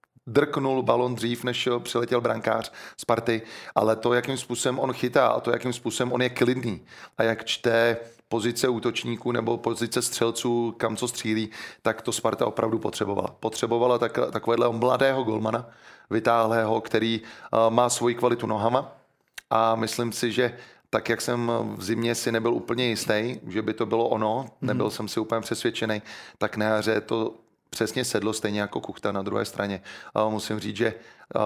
drknul balon dřív, než přiletěl brankář Sparty, ale to, jakým způsobem on chytá a to, jakým způsobem on je klidný a jak čte pozice útočníků nebo pozice střelců, kam co střílí, tak to Sparta opravdu potřebovala. Potřebovala takového mladého golmana, vytáhlého, který má svoji kvalitu nohama a myslím si, že tak, jak jsem v zimě si nebyl úplně jistý, že by to bylo ono, nebyl jsem si úplně přesvědčený, tak na jaře to přesně sedlo, stejně jako Kuchta na druhé straně. Musím říct, že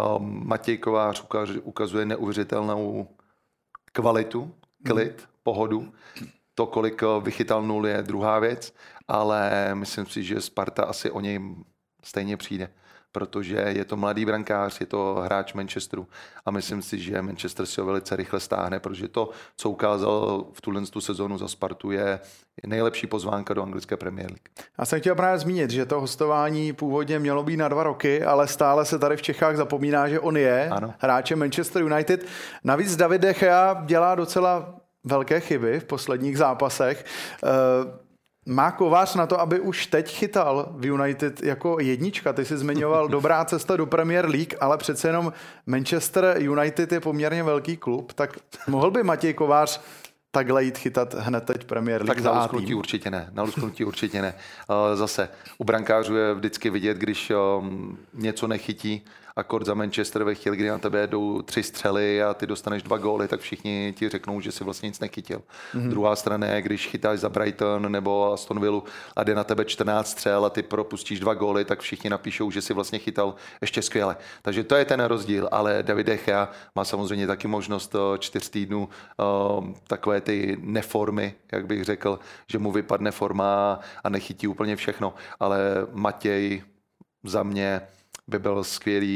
Matěj Kovář ukazuje neuvěřitelnou kvalitu, klid, pohodu. To, kolik vychytal nul, je druhá věc, ale myslím si, že Sparta asi o něj stejně přijde. protože je to mladý brankář, je to hráč Manchesteru a myslím si, že Manchester si ho velice rychle stáhne, protože to, co ukázal v tuhle sezónu za Spartu, je nejlepší pozvánka do anglické Premier League. Já jsem chtěl právě zmínit, že to hostování původně mělo být na 2 roky, ale stále se tady v Čechách zapomíná, že on je hráčem Manchester United. Navíc David De Gea dělá docela velké chyby v posledních zápasech. Má Kovář na to, aby už teď chytal v United jako jednička? Ty jsi zmiňoval dobrá cesta do Premier League, ale přece jenom Manchester United je poměrně velký klub, tak mohl by Matěj Kovář takhle jít chytat hned teď Premier League? Tak na lusknutí určitě ne. Na lusknutí určitě ne. Zase u brankářů je vždycky vidět, když něco nechytí, akord za Manchester ve chvíli, kdy na tebe jdou 3 střely a ty dostaneš 2 góly, tak všichni ti řeknou, že si vlastně nic nechytil. Druhá strana je, když chytáš za Brighton nebo Aston Villa a jde na tebe 14 střel a ty propustíš 2 góly, tak všichni napíšou, že si vlastně chytal ještě skvěle. Takže to je ten rozdíl, ale David De Gea má samozřejmě taky možnost 4 týdnů takové ty neformy, jak bych řekl, že mu vypadne forma a nechytí úplně všechno, ale Matěj za mě by byl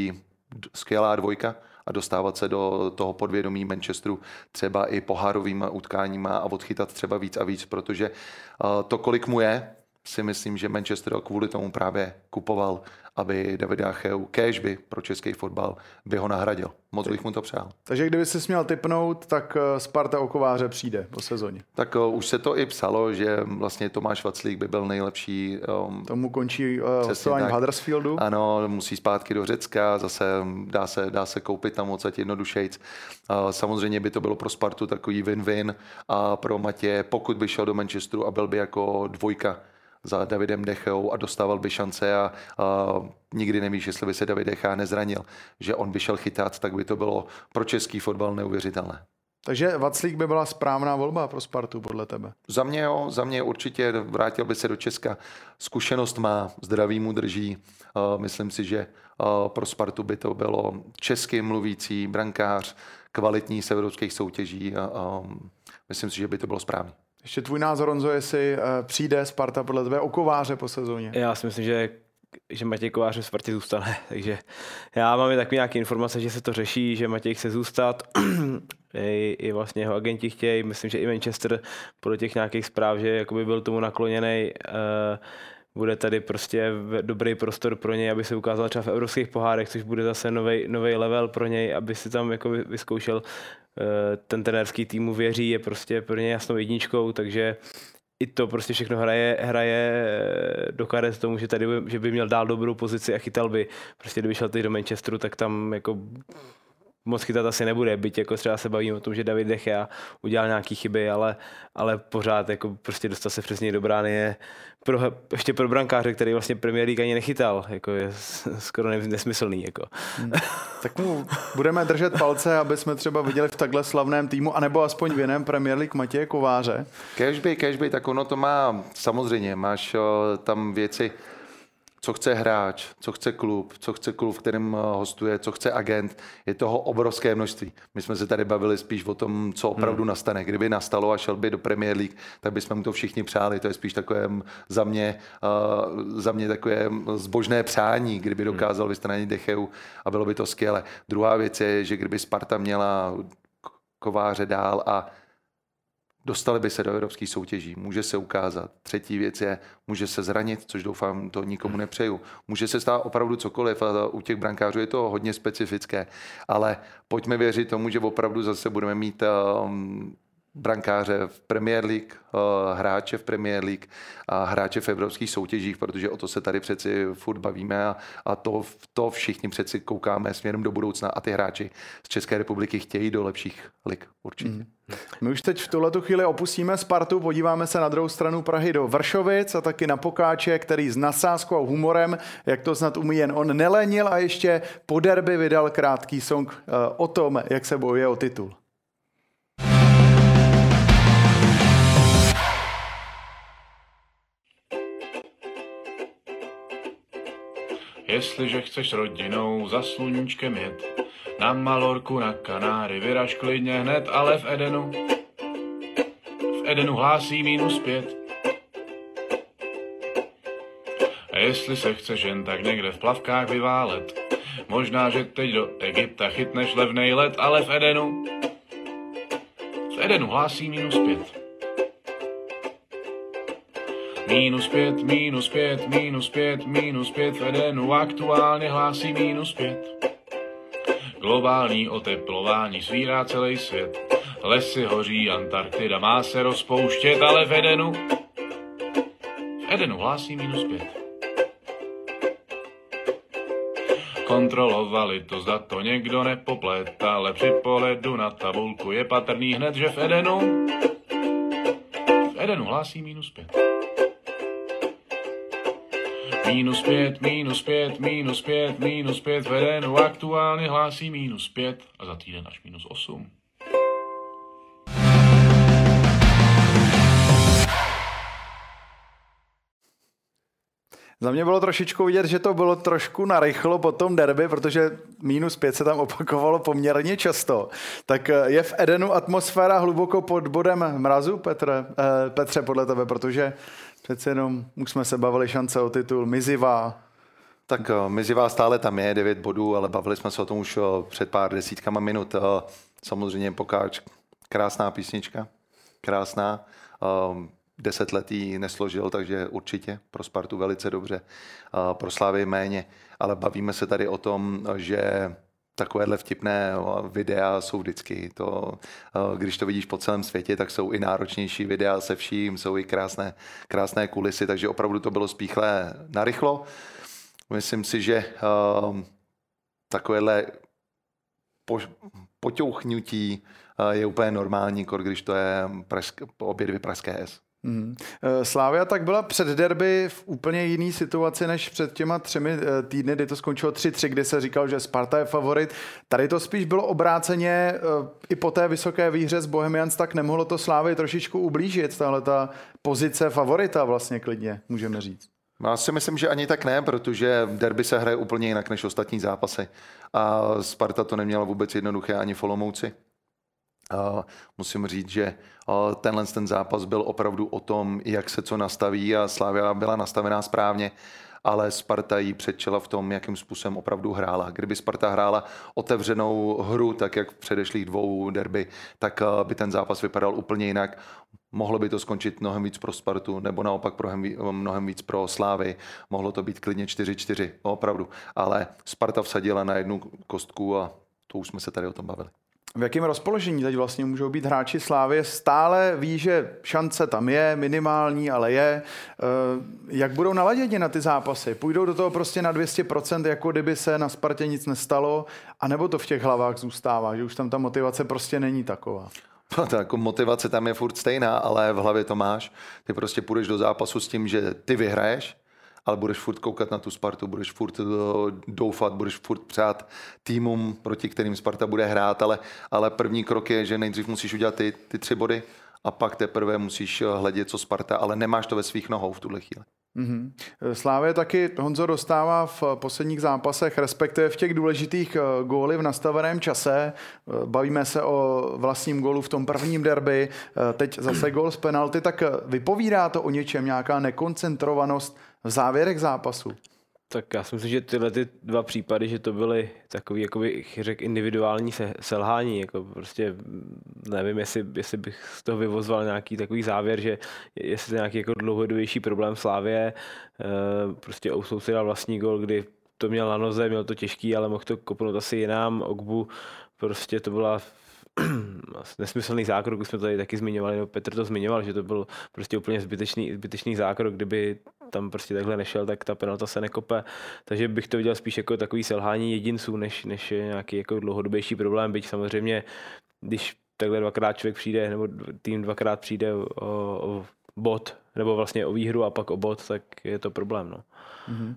skvělá dvojka a dostávat se do toho podvědomí Manchesteru třeba i pohárovýma utkáníma a odchytat třeba víc a víc, protože to, kolik mu je, si myslím, že Manchester kvůli tomu právě kupoval, aby Davida Geu, kéž by pro český fotbal, by ho nahradil. Moc bych mu to přál. Takže kdyby si směl tipnout, tak Sparta o Kováře přijde po sezóně. Tak už se to i psalo, že vlastně Tomáš Vaclík by byl nejlepší. Tomu končí hostování v Huddersfieldu. Ano, musí zpátky do Řecka, zase dá se koupit tam odsaď jednodušejc. Samozřejmě by to bylo pro Spartu takový win-win a pro Matěje, pokud by šel do Manchesteru a byl by jako dvojka za Davidem De Geou a dostával by šance a nikdy nevíš, jestli by se David De Gea nezranil, že on by šel chytat, tak by to bylo pro český fotbal neuvěřitelné. Takže Vaclík by byla správná volba pro Spartu podle tebe? Za mě určitě vrátil by se do Česka. Zkušenost má, zdraví mu drží. Myslím si, že pro Spartu by to bylo česky mluvící brankář, kvalitní z evropských soutěží a myslím si, že by to bylo správně. Ještě tvůj názor, Honzo, jestli přijde Sparta podle tebe o Kováře po sezóně? Já si myslím, že Matěj Kovář v Spartě zůstane, takže já mám i takový nějaké informace, že se to řeší, že Matěj chce zůstat, i vlastně jeho agenti chtějí, myslím, že i Manchester podle těch nějakých zpráv, že jakoby byl tomu nakloněný, bude tady prostě dobrý prostor pro něj, aby se ukázal třeba v evropských pohárech, což bude zase nový level pro něj, aby si tam jako vyzkoušel. Ten trenérský týmu věří, je prostě pro něj jasnou jedničkou, takže i to prostě všechno hraje do karet tomu, že by měl dál dobrou pozici a chytal by. Prostě kdyby šel teď do Manchesteru, tak tam jako moc chytat asi nebude, byť jako třeba se bavím o tom, že David De Gea udělal nějaký chyby, ale pořád jako prostě dostat se přesně do brány je ještě pro brankáře, který vlastně Premier League ani nechytal, jako je skoro nesmyslný. Jako. Tak mu budeme držet palce, aby jsme třeba viděli v takhle slavném týmu, anebo aspoň v jiném Premier League Matěje Kováře. Cashby, tak ono to má, samozřejmě, máš tam věci, co chce hráč, co chce klub, v kterém hostuje, co chce agent. Je toho obrovské množství. My jsme se tady bavili spíš o tom, co opravdu nastane. Kdyby nastalo a šel by do Premier League, tak bychom mu to všichni přáli. To je spíš takové za mě takové zbožné přání, kdyby dokázal vystranit De Geu a bylo by to skvěle. Druhá věc je, že kdyby Sparta měla Kováře dál a dostali by se do evropských soutěží, může se ukázat. Třetí věc je, může se zranit, což doufám, to nikomu nepřeju. Může se stát opravdu cokoliv a u těch brankářů je to hodně specifické, ale pojďme věřit tomu, že opravdu zase budeme mít brankáře v Premier League, hráče v Premier League a hráče v evropských soutěžích, protože o to se tady přeci furt bavíme a to všichni přeci koukáme směrem do budoucna a ty hráči z České republiky chtějí do lepších lig určitě. My už teď v tuhletu chvíli opustíme Spartu, podíváme se na druhou stranu Prahy do Vršovic a taky na Pokáče, který s nadsázkou a humorem, jak to snad umí jen on, nelenil a ještě po derby vydal krátký song o tom, jak se bojuje o titul. Jestliže chceš s rodinou za sluníčkem jet, na Malorku, na Kanáry, vyraž klidně hned, ale v Edenu hlásí -5. A jestli se chceš jen tak někde v plavkách vyválet, možná, že teď do Egypta chytneš levnej let, ale v Edenu hlásí -5. -5, -5, -5, -5, v Edenu aktuálně hlásí -5. Globální oteplování svírá celý svět. Lesy hoří, Antarktida má se rozpouštět, ale v Edenu hlásí -5. Kontrolovali to, zda to někdo nepoplet, ale při pohledu na tabulku je patrný hned, že v Edenu hlásí -5. -5, -5, -5, -5, v Edenu aktuálně hlásí -5 a za týden až -8. Za mě bylo trošičku vidět, že to bylo trošku narychlo po tom derby, protože -5 se tam opakovalo poměrně často. Tak je v Edenu atmosféra hluboko pod bodem mrazu, Petře, podle tebe, protože přece jenom už jsme se bavili šance o titul, mizivá. Tak mizivá stále tam je, 9 bodů, ale bavili jsme se o tom už před pár desítkama minut. Samozřejmě Pokáč, krásná písnička, krásná. 10 let jí nesložil, takže určitě pro Spartu velice dobře, pro Slávy méně, ale bavíme se tady o tom, že takovéhle vtipné videa jsou vždycky. Když to vidíš po celém světě, tak jsou i náročnější videa se vším, jsou i krásné kulisy, takže opravdu to bylo spíchlé narychlo. Myslím si, že takovéhle poťouchnutí je úplně normální, když to je obě dvě pražské S. Slavia tak byla před derby v úplně jiný situaci než před těma 3 týdny, kdy to skončilo 3-3, kdy se říkal, že Sparta je favorit. Tady to spíš bylo obráceně, i po té vysoké výhře z Bohemians, tak nemohlo to Slavii trošičku ublížit, tahle ta pozice favorita vlastně klidně, můžeme říct. Já si myslím, že ani tak ne, protože derby se hraje úplně jinak než ostatní zápasy. A Sparta to neměla vůbec jednoduché ani v Olomouci. Musím říct, že ten zápas byl opravdu o tom, jak se co nastaví a Slavia byla nastavená správně, ale Sparta jí předčila v tom, jakým způsobem opravdu hrála. Kdyby Sparta hrála otevřenou hru, tak jak v předešlých 2 derby, tak by ten zápas vypadal úplně jinak. Mohlo by to skončit mnohem víc pro Spartu, nebo naopak mnohem víc pro Slávy. Mohlo to být klidně 4-4, opravdu. Ale Sparta vsadila na jednu kostku a to už jsme se tady o tom bavili. V jakém rozpoložení teď vlastně můžou být hráči Slávie? Stále ví, že šance tam je, minimální, ale je. Jak budou naladěni na ty zápasy? Půjdou do toho prostě na 200%, jako kdyby se na Spartě nic nestalo, anebo to v těch hlavách zůstává, že už tam ta motivace prostě není taková? No, ta jako motivace tam je furt stejná, ale v hlavě to máš. Ty prostě půjdeš do zápasu s tím, že ty vyhraješ, ale budeš furt koukat na tu Spartu, budeš furt doufat, budeš furt přát týmům, proti kterým Sparta bude hrát, ale první krok je, že nejdřív musíš udělat ty 3 body a pak teprve musíš hledět, co Sparta, ale nemáš to ve svých nohou v tuhle chvíli. Mm-hmm. Slávě taky Honzo dostává v posledních zápasech, respektive v těch důležitých góly v nastaveném čase. Bavíme se o vlastním gólu v tom prvním derby, teď zase gól z penalty, tak vypovídá to o něčem, nějaká nekoncentrovanost v závěrech zápasu? Tak já si myslím, že tyhle 2 případy, že to byly takový, jakoby, řekl, individuální selhání, jako prostě nevím, jestli bych z toho vyvozoval nějaký takový závěr, že jestli to nějaký jako dlouhodobější problém Slávie, prostě Ousou si dal vlastní gol, kdy to měl na noze, měl to těžký, ale mohl to kopnout asi jinam, Ogbu, prostě to byla nesmyslný zákrok, už jsme to tady taky zmiňovali, nebo Petr to zmiňoval, že to byl prostě úplně zbytečný zákrok, kdyby tam prostě takhle nešel, tak ta penalta se nekope, takže bych to viděl spíš jako takový selhání jedinců, než nějaký jako dlouhodobější problém, byť samozřejmě, když takhle 2krát člověk přijde, nebo tým 2krát přijde o bod, nebo vlastně o výhru a pak o bod, tak je to problém, no. Mm-hmm.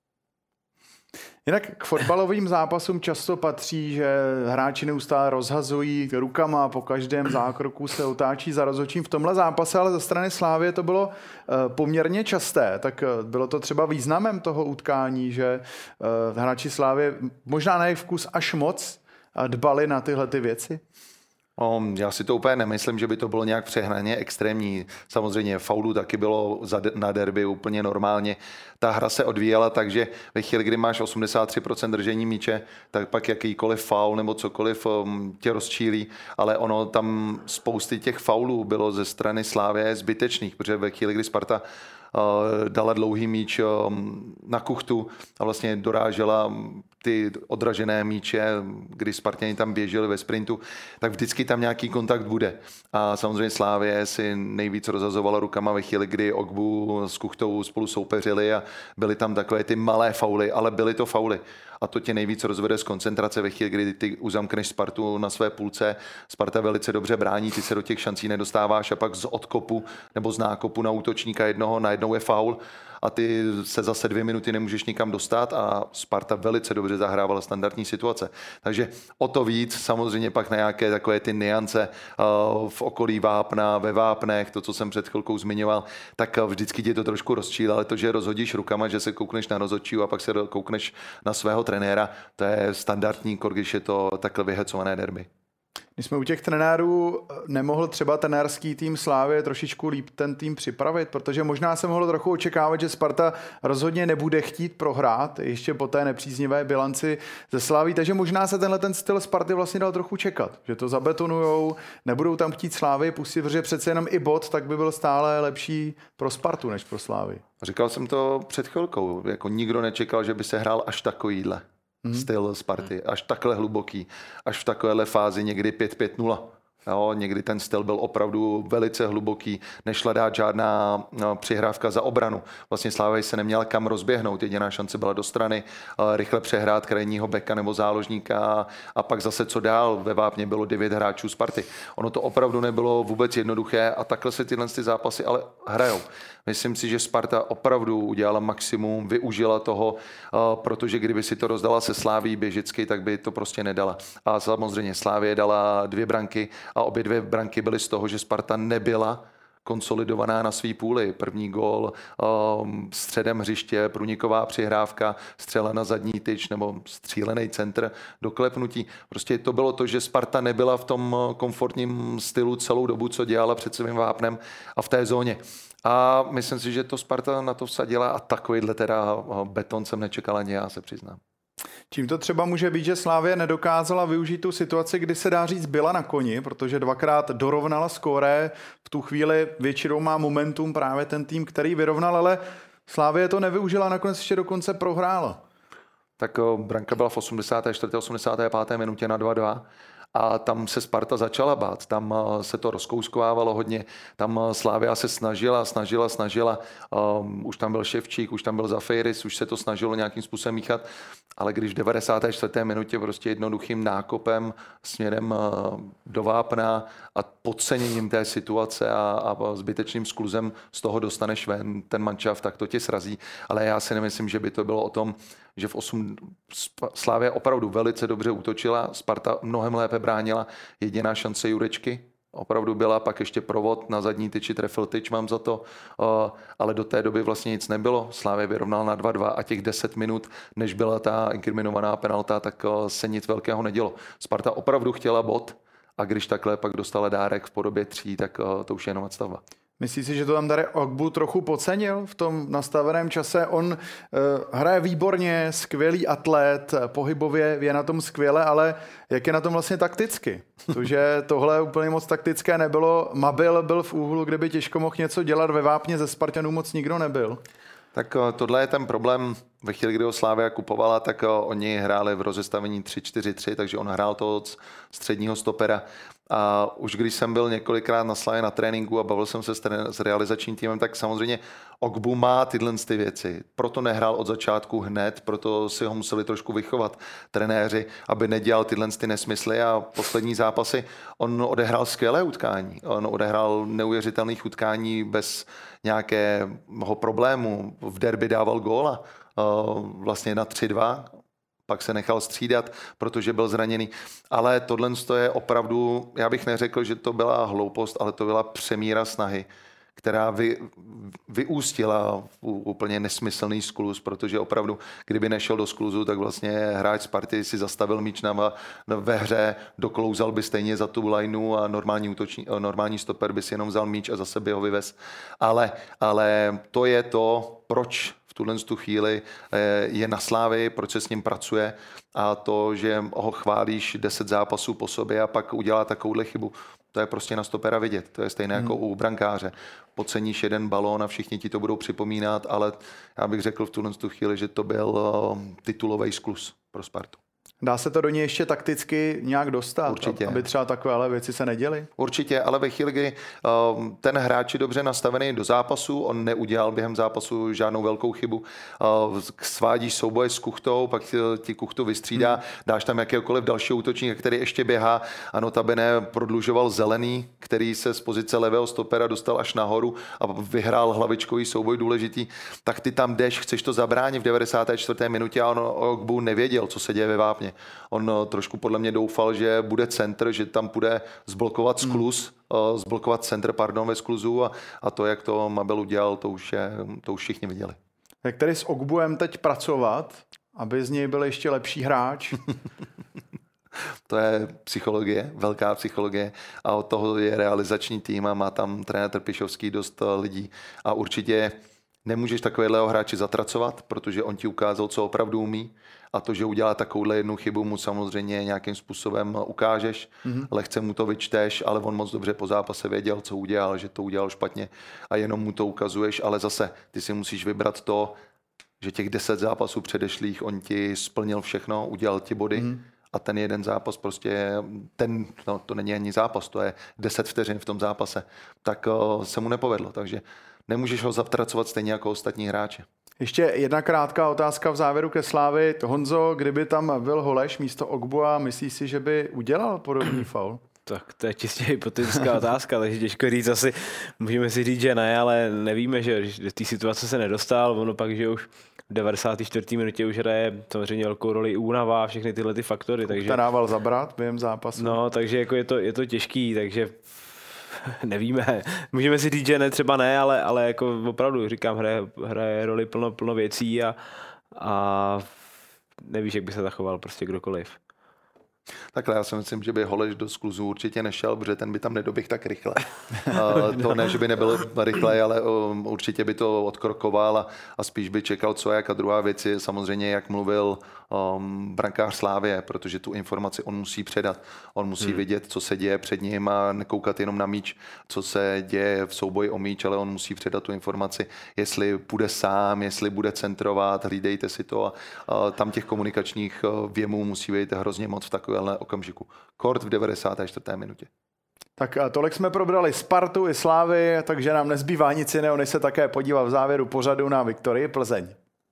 Jinak k fotbalovým zápasům často patří, že hráči neustále rozhazují rukama, po každém zákroku se otáčí za rozhodčím v tomhle zápase, ale ze strany Slávie to bylo poměrně časté. Tak bylo to třeba významem toho utkání, že hráči Slávie možná na jejich vkus až moc dbali na tyhle ty věci? Já si to úplně nemyslím, že by to bylo nějak přehnaně extrémní. Samozřejmě faulů taky bylo na derby úplně normálně. Ta hra se odvíjela tak, že ve chvíli, kdy máš 83% držení míče, tak pak jakýkoliv faul nebo cokoliv tě rozčílí, ale ono tam spousty těch faulů bylo ze strany Slavie zbytečných, protože ve chvíli, kdy Sparta dala dlouhý míč na Kuchtu a vlastně dorážela ty odražené míče, kdy Spartani tam běželi ve sprintu, tak vždycky tam nějaký kontakt bude. A samozřejmě Slavie si nejvíc rozhazovala rukama ve chvíli, kdy Ogbu s Kuchtou spolu soupeřili a byly tam takové ty malé fauly, ale byly to fauly. A to tě nejvíc rozvede z koncentrace ve chvíli, kdy ty uzamkneš Spartu na své půlce. Sparta velice dobře brání, ty se do těch šancí nedostáváš a pak z odkopu nebo z nákopu na útočníka jednoho najednou je faul a ty se zase 2 minuty nemůžeš nikam dostat a Sparta velice dobře zahrávala standardní situace. Takže o to víc samozřejmě pak na nějaké takové ty niance v okolí vápna, ve vápnech, to, co jsem před chvilkou zmiňoval, tak vždycky tě to trošku rozčílí, ale to, že rozhodíš rukama, že se koukneš na rozhodčího a pak se koukneš na svého trenéra, to je standardní, když je to takhle vyhecované derby. Když jsme u těch trenérů, nemohl třeba trenérský tým Slávie trošičku líp ten tým připravit, protože možná se mohlo trochu očekávat, že Sparta rozhodně nebude chtít prohrát ještě po té nepříznivé bilanci ze Sláví, takže možná se ten styl Sparty vlastně dal trochu čekat, že to zabetonujou, nebudou tam chtít Slávii pustit, protože přece jenom i bod tak by byl stále lepší pro Spartu než pro Slávii. Říkal jsem to před chvilkou, jako nikdo nečekal, že by se hrál až takovýhle styl Sparty, až takhle hluboký, až v takovéhle fázi někdy 5-5-0. Jo, někdy ten styl byl opravdu velice hluboký, nešla dát žádná přihrávka za obranu. Vlastně Slavia se neměla kam rozběhnout, jediná šance byla do strany, rychle přehrát krajního beka nebo záložníka a pak zase co dál, ve vápně bylo 9 hráčů Sparty. Ono to opravdu nebylo vůbec jednoduché a takhle se tyhle zápasy ale hrajou. Myslím si, že Sparta opravdu udělala maximum, využila toho, protože kdyby si to rozdala se Slavií běžicky, tak by to prostě nedala. A samozřejmě Slavie dala 2 branky a obě 2 branky byly z toho, že Sparta nebyla konsolidovaná na svý půli. První gól středem hřiště, průniková přihrávka, střela na zadní tyč nebo střílený centr do klepnutí. Prostě to bylo to, že Sparta nebyla v tom komfortním stylu celou dobu, co dělala před svým vápnem a v té zóně. A myslím si, že to Sparta na to vsadila a takovýhle teda beton jsem nečekal ani já, se přiznám. Čím to třeba může být, že Slavie nedokázala využít tu situaci, kdy se dá říct byla na koni, protože 2krát dorovnala skóre, v tu chvíli většinou má momentum právě ten tým, který vyrovnal, ale Slavie to nevyužila, nakonec ještě dokonce prohrála. Tak branka byla v 84. 85. minutě na 2-2. A tam se Sparta začala bát, tam se to rozkouskovávalo hodně, tam Slavia se snažila, už tam byl Ševčík, už tam byl Zafeiris, už se to snažilo nějakým způsobem míchat, ale když v 94. minutě prostě jednoduchým nákopem směrem do vápna a podceněním té situace a zbytečným skluzem z toho dostaneš ven ten mančaft, tak to tě srazí, ale já si nemyslím, že by to bylo o tom, že Slavia opravdu velice dobře útočila, Sparta mnohem lépe bránila, jediná šance Jurečky opravdu byla, pak ještě provod na zadní tyči, trefil tyč, mám za to, ale do té doby vlastně nic nebylo. Slavia vyrovnal na 2-2 a těch 10 minut, než byla ta inkriminovaná penalta, tak se nic velkého nedělo. Sparta opravdu chtěla bod a když takhle pak dostala dárek v podobě 3, tak to už je jenom odstavba. Myslíš si, že to tam tady Ogbu trochu podcenil v tom nastaveném čase? On hraje výborně, skvělý atlet, pohybově je na tom skvěle, ale jak je na tom vlastně takticky? Protože tohle úplně moc taktické nebylo. Mabil byl v úhlu, kde by těžko mohl něco dělat, ve vápně ze Spartanů moc nikdo nebyl. Tak tohle je ten problém. Ve chvíli, kdy ho Slavia kupovala, tak oni hráli v rozestavení 3-4-3, takže on hrál toho od středního stopera. A už když jsem byl několikrát na Slavii na tréninku a bavil jsem se s realizačním týmem, tak samozřejmě Ogbu má tyhle ty věci. Proto nehrál od začátku hned, proto si ho museli trošku vychovat trenéři, aby nedělal tyhle ty nesmysly a poslední zápasy on odehrál skvělé utkání. On odehrál neuvěřitelných utkání bez nějakého problému. V derby dával góla vlastně na 3-2, pak se nechal střídat, protože byl zraněný. Ale tohle je opravdu, já bych neřekl, že to byla hloupost, ale to byla přemíra snahy, která vyústila v úplně nesmyslný skluz, protože opravdu, kdyby nešel do skluzu, tak vlastně hráč Sparty si zastavil míč ve hře, doklouzal by stejně za tu lineu a normální stoper by si jenom vzal míč a zase by ho vyvez. Ale to je to, proč v tuhle chvíli je na Slávii, proč se s ním pracuje a to, že ho chválíš 10 zápasů po sobě a pak udělá takovouhle chybu, to je prostě na stopera vidět. To je stejné jako u brankáře. Podceníš jeden balón a všichni ti to budou připomínat, ale já bych řekl v tuhle chvíli, že to byl titulový skluz pro Spartu. Dá se to do něj ještě takticky nějak dostat, Určitě. Aby třeba takovéhle věci se neděly? Určitě, ale ve chvíli, kdy ten hráč je dobře nastavený do zápasu, on neudělal během zápasu žádnou velkou chybu, svádíš souboje s Kuchtou, pak ti Kuchtu vystřídá, dáš tam jakéhokoliv dalšího útočníka, který ještě běhá a notabene prodlužoval Zelený, který se z pozice levého stopera dostal až nahoru a vyhrál hlavičkový souboj důležitý, tak ty tam jdeš, chceš to zabránit v 94. minutě a on Ogbu nevěděl, co se děje ve Vápně. On trošku podle mě doufal, že bude centr, že tam bude zblokovat skluz, zblokovat centr, ve skluzu a to, jak to Mabel udělal, to už všichni viděli. Jak tedy s Ogbuem teď pracovat, aby z něj byl ještě lepší hráč? To je psychologie, velká psychologie a od toho je realizační tým a má tam trenér Trpišovský dost lidí a určitě nemůžeš takového hráče zatracovat, protože on ti ukázal, co opravdu umí a to, že udělá takovouhle jednu chybu, mu samozřejmě nějakým způsobem ukážeš, lehce mu to vyčteš, ale on moc dobře po zápase věděl, co udělal, že to udělal špatně a jenom mu to ukazuješ, ale zase ty si musíš vybrat to, že těch 10 zápasů předešlých on ti splnil všechno, udělal ti body a ten jeden zápas prostě, to není ani zápas, to je 10 vteřin v tom zápase, tak se mu nepovedlo, takže nemůžeš ho zatracovat stejně jako ostatní hráče. Ještě jedna krátká otázka v závěru ke Slávy. Honzo, kdyby tam byl Holeš místo Ogbua, myslíš si, že by udělal podobný faul? Tak to je čistě hypotetická otázka, takže těžko říct asi, můžeme si říct, že ne, ale nevíme, že do té situace se nedostal, ono pak, že už v 94. minutě už hraje samozřejmě velkou roli únava a všechny tyhle ty faktory. Takže dával zabrat během zápasu. No, takže jako je to těžký, takže nevíme. Můžeme si říct, že ne, třeba ne, ale jako opravdu říkám, hraje roli plno věcí a nevíš, jak by se zachoval prostě kdokoliv. Takhle, já si myslím, že by Holeš do skluzu určitě nešel, protože ten by tam nedoběhl tak rychle. To ne, že by nebyl rychle, ale určitě by to odkrokoval a spíš by čekal co jak. A druhá věc je samozřejmě, jak mluvil brankář Slávie, protože tu informaci on musí předat. On musí vidět, co se děje před ním a nekoukat jenom na míč, co se děje v souboji o míč, ale on musí předat tu informaci, jestli půjde sám, jestli bude centrovat, hlídejte si to a tam těch komunikačních věmů musí být hrozně moc v takovém okamžiku. Kort v 94. minutě. Tak tolik jsme probrali Spartu i Slávy, takže nám nezbývá nic jiného, než se také podívat v závěru pořadu na Viktorii Plzeň.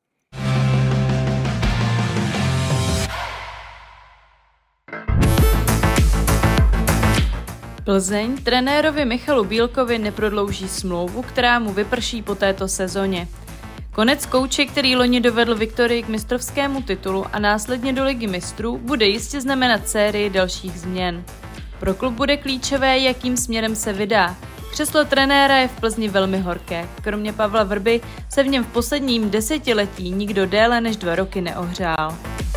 Plzeň trenérovi Michalu Bílkovi neprodlouží smlouvu, která mu vyprší po této sezóně. Konec kouče, který loni dovedl Viktorii k mistrovskému titulu a následně do Ligy mistrů, bude jistě znamenat sérii dalších změn. Pro klub bude klíčové, jakým směrem se vydá. Křeslo trenéra je v Plzni velmi horké. Kromě Pavla Vrby se v něm v posledním desetiletí nikdo déle než 2 roky neohřál.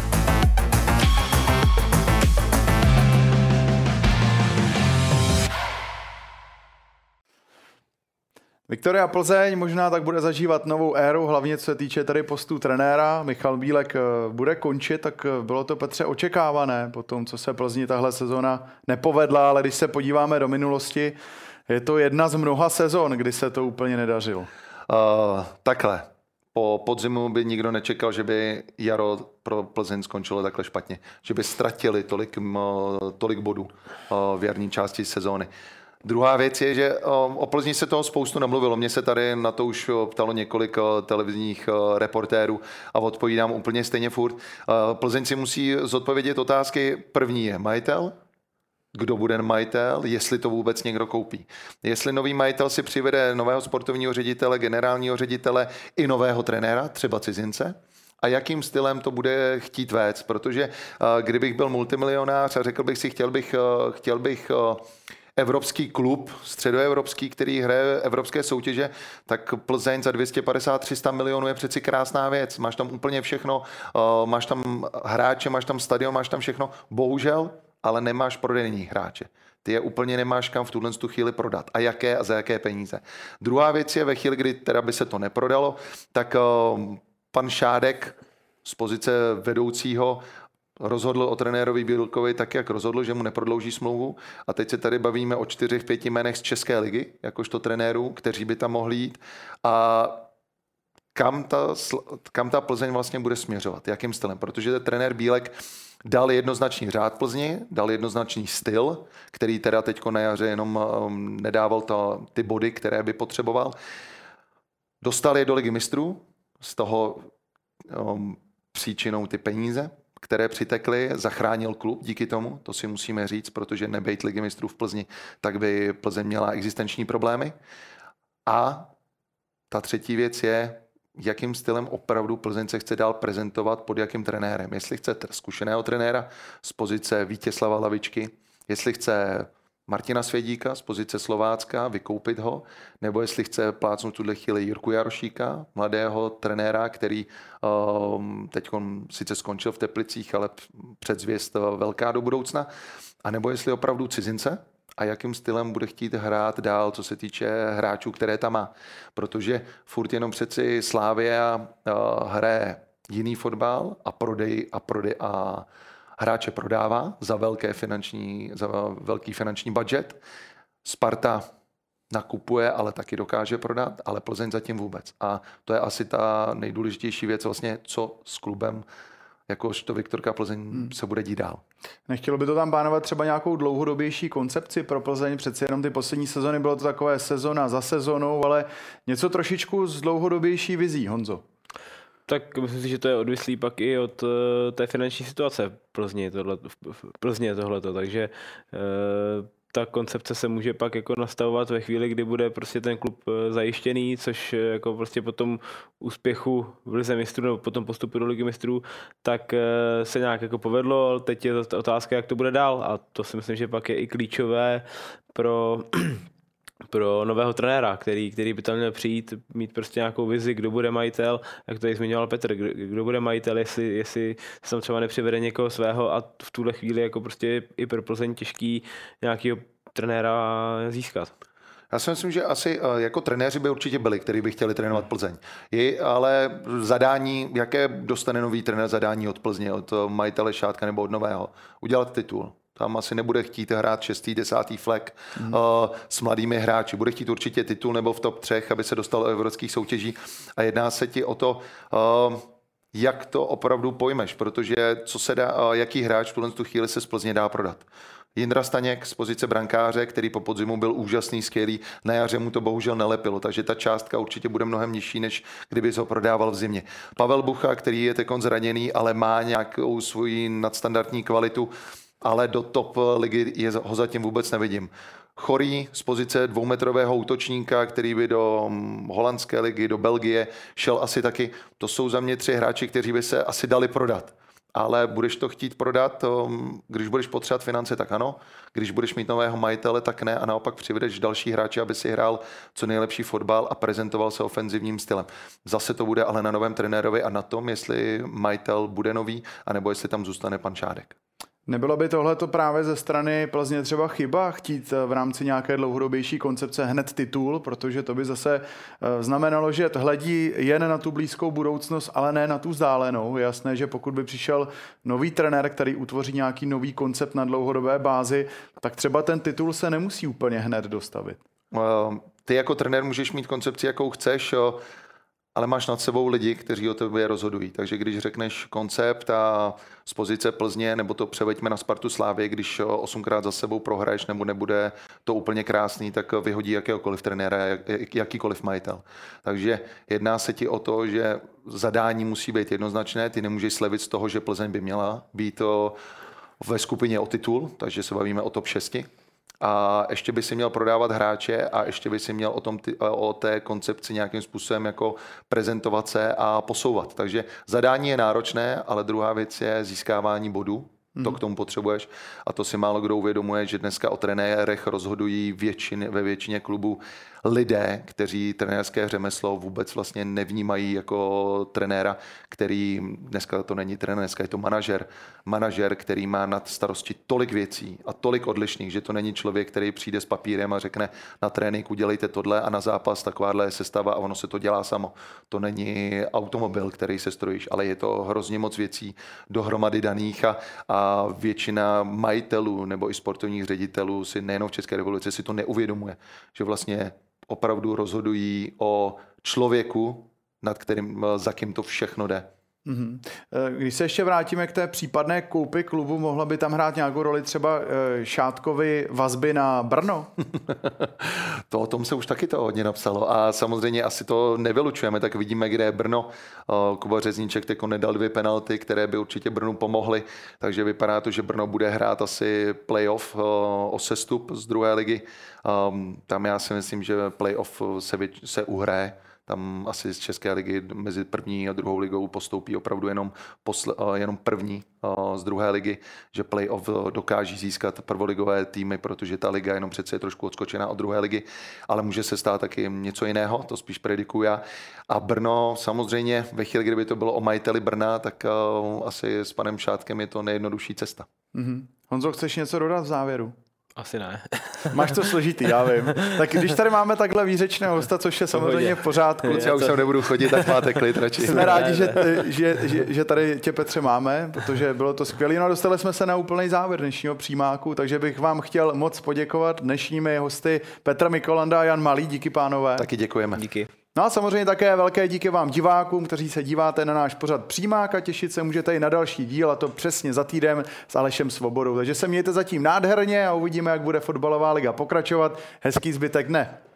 Viktoria Plzeň možná tak bude zažívat novou éru, hlavně co se týče tady postu trenéra. Michal Bílek bude končit, tak bylo to, Petře, očekávané po tom, co se Plzni tahle sezona nepovedla, ale když se podíváme do minulosti, je to jedna z mnoha sezon, kdy se to úplně nedařilo. Takhle. Po podzimu by nikdo nečekal, že by jaro pro Plzeň skončilo takhle špatně. Že by ztratili tolik bodů v jarní části sezóny. Druhá věc je, že o Plzni se toho spoustu namluvilo. Mně se tady na to už ptalo několik televizních reportérů a odpovídám úplně stejně furt. Plzeň si musí zodpovědět otázky. První je majitel. Kdo bude majitel, jestli to vůbec někdo koupí. Jestli nový majitel si přivede nového sportovního ředitele, generálního ředitele i nového trenéra, třeba cizince, a jakým stylem to bude chtít vést, protože kdybych byl multimilionář a řekl bych si, chtěl bych evropský klub, středoevropský, který hraje evropské soutěže, tak Plzeň za 250-300 milionů je přeci krásná věc. Máš tam úplně všechno, máš tam hráče, máš tam stadion, máš tam všechno. Bohužel, ale nemáš prodejní hráče. Ty je úplně nemáš kam v tuhle chvíli prodat. A jaké a za jaké peníze. Druhá věc je ve chvíli, kdy teda by se to neprodalo, tak pan Šádek z pozice vedoucího rozhodl o trenérovi Bílkovi tak, jak rozhodl, že mu neprodlouží smlouvu. A teď se tady bavíme o 4-5 jménech z České ligy, jakožto trenérů, kteří by tam mohli jít. A kam ta Plzeň vlastně bude směřovat? Jakým stylem? Protože trenér Bílek dal jednoznačný řád Plzni, dal jednoznačný styl, který teda teďko na jaře jenom nedával ty body, které by potřeboval. Dostal je do Ligy mistrů, z toho příčinou ty peníze, které přitekly, zachránil klub díky tomu, to si musíme říct, protože nebejt Ligy mistrů v Plzni, tak by Plzeň měla existenční problémy. A ta třetí věc je, jakým stylem opravdu Plzeň se chce dál prezentovat, pod jakým trenérem. Jestli chce zkušeného trenéra z pozice Vítězslava Lavičky, jestli chce Martina Svědíka z pozice Slovácka, vykoupit ho, nebo jestli chce plácnout tuhle chvíli Jirku Jarošíka, mladého trenéra, který teď sice skončil v Teplicích, ale předzvěst velká do budoucna, a nebo jestli opravdu cizince a jakým stylem bude chtít hrát dál, co se týče hráčů, které tam má. Protože furt jenom přeci Slavia hraje jiný fotbal a hráče prodává za velký finanční budget. Sparta nakupuje, ale taky dokáže prodat, ale Plzeň zatím vůbec. A to je asi ta nejdůležitější věc vlastně, co s klubem jakožto Viktorka Plzeň se bude dít dál. Nechtělo by to tam, pánové, třeba nějakou dlouhodobější koncepci pro Plzeň? Přeci jenom ty poslední sezony bylo to takové sezona za sezonou, ale něco trošičku z dlouhodobější vizí, Honzo. Tak myslím si, že to je odvislý pak i od té finanční situace v Plzně tohleto, takže ta koncepce se může pak jako nastavovat ve chvíli, kdy bude prostě ten klub zajištěný, což jako prostě po tom úspěchu v Lize mistrů nebo po tom postupu do Ligy mistrů, tak se nějak jako povedlo, ale teď je to otázka, jak to bude dál, a to si myslím, že pak je i klíčové pro nového trenéra, který by tam měl přijít, mít prostě nějakou vizi, kdo bude majitel, jak to zmiňoval Petr, kdo bude majitel, jestli se tam třeba nepřivede někoho svého, a v tuhle chvíli jako prostě i pro Plzeň těžký nějakého trenéra získat. Já si myslím, že asi jako trenéři by určitě byli, kteří by chtěli trénovat Plzeň. Ale zadání, jaké dostane nový trenér zadání od Plzně, od majitele Šádka nebo od nového? Udělat titul. Tam asi nebude chtít hrát 6., 10. flek s mladými hráči. Bude chtít určitě titul nebo v top 3, aby se dostal do evropských soutěží. A jedná se ti o to, jak to opravdu pojmeš, protože jaký hráč v tuhle chvíli se z Plzně dá prodat. Jindra Staněk z pozice brankáře, který po podzimu byl úžasný, skvělý, na jaře mu to bohužel nelepilo, takže ta částka určitě bude mnohem nižší, než kdyby ho prodával v zimě. Pavel Bucha, který je teď zraněný, ale má nějakou svoji nadstandardní kvalitu, ale do top ligy ho zatím vůbec nevidím. Chorý z pozice 2metrového útočníka, který by do holandské ligy, do Belgie šel asi taky. To jsou za mě 3 hráči, kteří by se asi dali prodat. Ale budeš to chtít prodat, když budeš potřebovat finance, tak ano. Když budeš mít nového majitele, tak ne. A naopak přivedeš další hráče, aby si hrál co nejlepší fotbal a prezentoval se ofenzivním stylem. Zase to bude ale na novém trenérovi a na tom, jestli majitel bude nový, anebo jestli tam zůstane pan Šádek. Nebylo by tohleto právě ze strany Plzně třeba chyba chtít v rámci nějaké dlouhodobější koncepce hned titul, protože to by zase znamenalo, že hledí jen na tu blízkou budoucnost, ale ne na tu vzdálenou. Je jasné, že pokud by přišel nový trenér, který utvoří nějaký nový koncept na dlouhodobé bázi, tak třeba ten titul se nemusí úplně hned dostavit. Ty jako trenér můžeš mít koncepci, jakou chceš, ale máš nad sebou lidi, kteří o tebe rozhodují. Takže když řekneš koncept a z pozice Plzně, nebo to převeďme na Spartu Slávy, když 8krát za sebou prohraješ nebo nebude to úplně krásný, tak vyhodí jakéhokoliv trenéra, jakýkoliv majitel. Takže jedná se ti o to, že zadání musí být jednoznačné, ty nemůžeš slevit z toho, že Plzeň by měla být ve skupině o titul, takže se bavíme o top 6. A ještě by si měl prodávat hráče a ještě by si měl o té koncepci nějakým způsobem jako prezentovat se a posouvat. Takže zadání je náročné, ale druhá věc je získávání bodů To k tomu potřebuješ a to si málo kdo uvědomuje, že dneska o trenérech rozhodují ve většině klubů lidé, kteří trenérské řemeslo vůbec vlastně nevnímají jako trenéra, který dneska to není trenér, dneska je to manažer, který má nad starosti tolik věcí a tolik odlišných, že to není člověk, který přijde s papírem a řekne na trénink udělejte tohle a na zápas takováhle je sestava a ono se to dělá samo. To není automobil, který se strojíš, ale je to hrozně moc věcí dohromady daných a většina majitelů nebo i sportovních ředitelů si nejenom v České republice si to neuvědomuje, že vlastně opravdu rozhodují o člověku, za kým to všechno jde. Když se ještě vrátíme k té případné koupi klubu, mohla by tam hrát nějakou roli třeba Šátkovy vazby na Brno? To o tom se už taky to hodně napsalo a samozřejmě asi to nevylučujeme, tak vidíme, kde je Brno. Kuba Řezníček teď nedal 2 penalty, které by určitě Brnu pomohly, takže vypadá to, že Brno bude hrát asi playoff o sestup z 2. ligy. Tam já si myslím, že playoff se uhraje. Tam asi z České ligy mezi 1. a 2. ligou postoupí opravdu jenom první z 2. ligy, že playoff dokáží získat prvoligové týmy, protože ta liga jenom přece je trošku odskočená od 2. ligy, ale může se stát taky něco jiného, to spíš predikuju já. A Brno samozřejmě ve chvíli, kdyby to bylo o majiteli Brna, tak asi s panem Šátkem je to nejjednodušší cesta. Honzo, chceš něco dodat v závěru? Asi ne. Máš to složitý, já vím. Tak když tady máme takhle výřečného hosta, což je samozřejmě v pořádku. Já už sem nebudu chodit, tak máte klid radši. Jsme rádi, že tady tě, Petře, máme, protože bylo to skvělé. No a dostali jsme se na úplný závěr dnešního přímáku, takže bych vám chtěl moc poděkovat dnešními hosty Petr Mikolanda a Jan Malý. Díky, pánové. Taky děkujeme. Díky. No a samozřejmě také velké díky vám divákům, kteří se díváte na náš pořad Přímák a těšit se můžete i na další díl, a to přesně za týden s Alešem Svobodou. Takže se mějte zatím nádherně a uvidíme, jak bude fotbalová liga pokračovat. Hezký zbytek dne.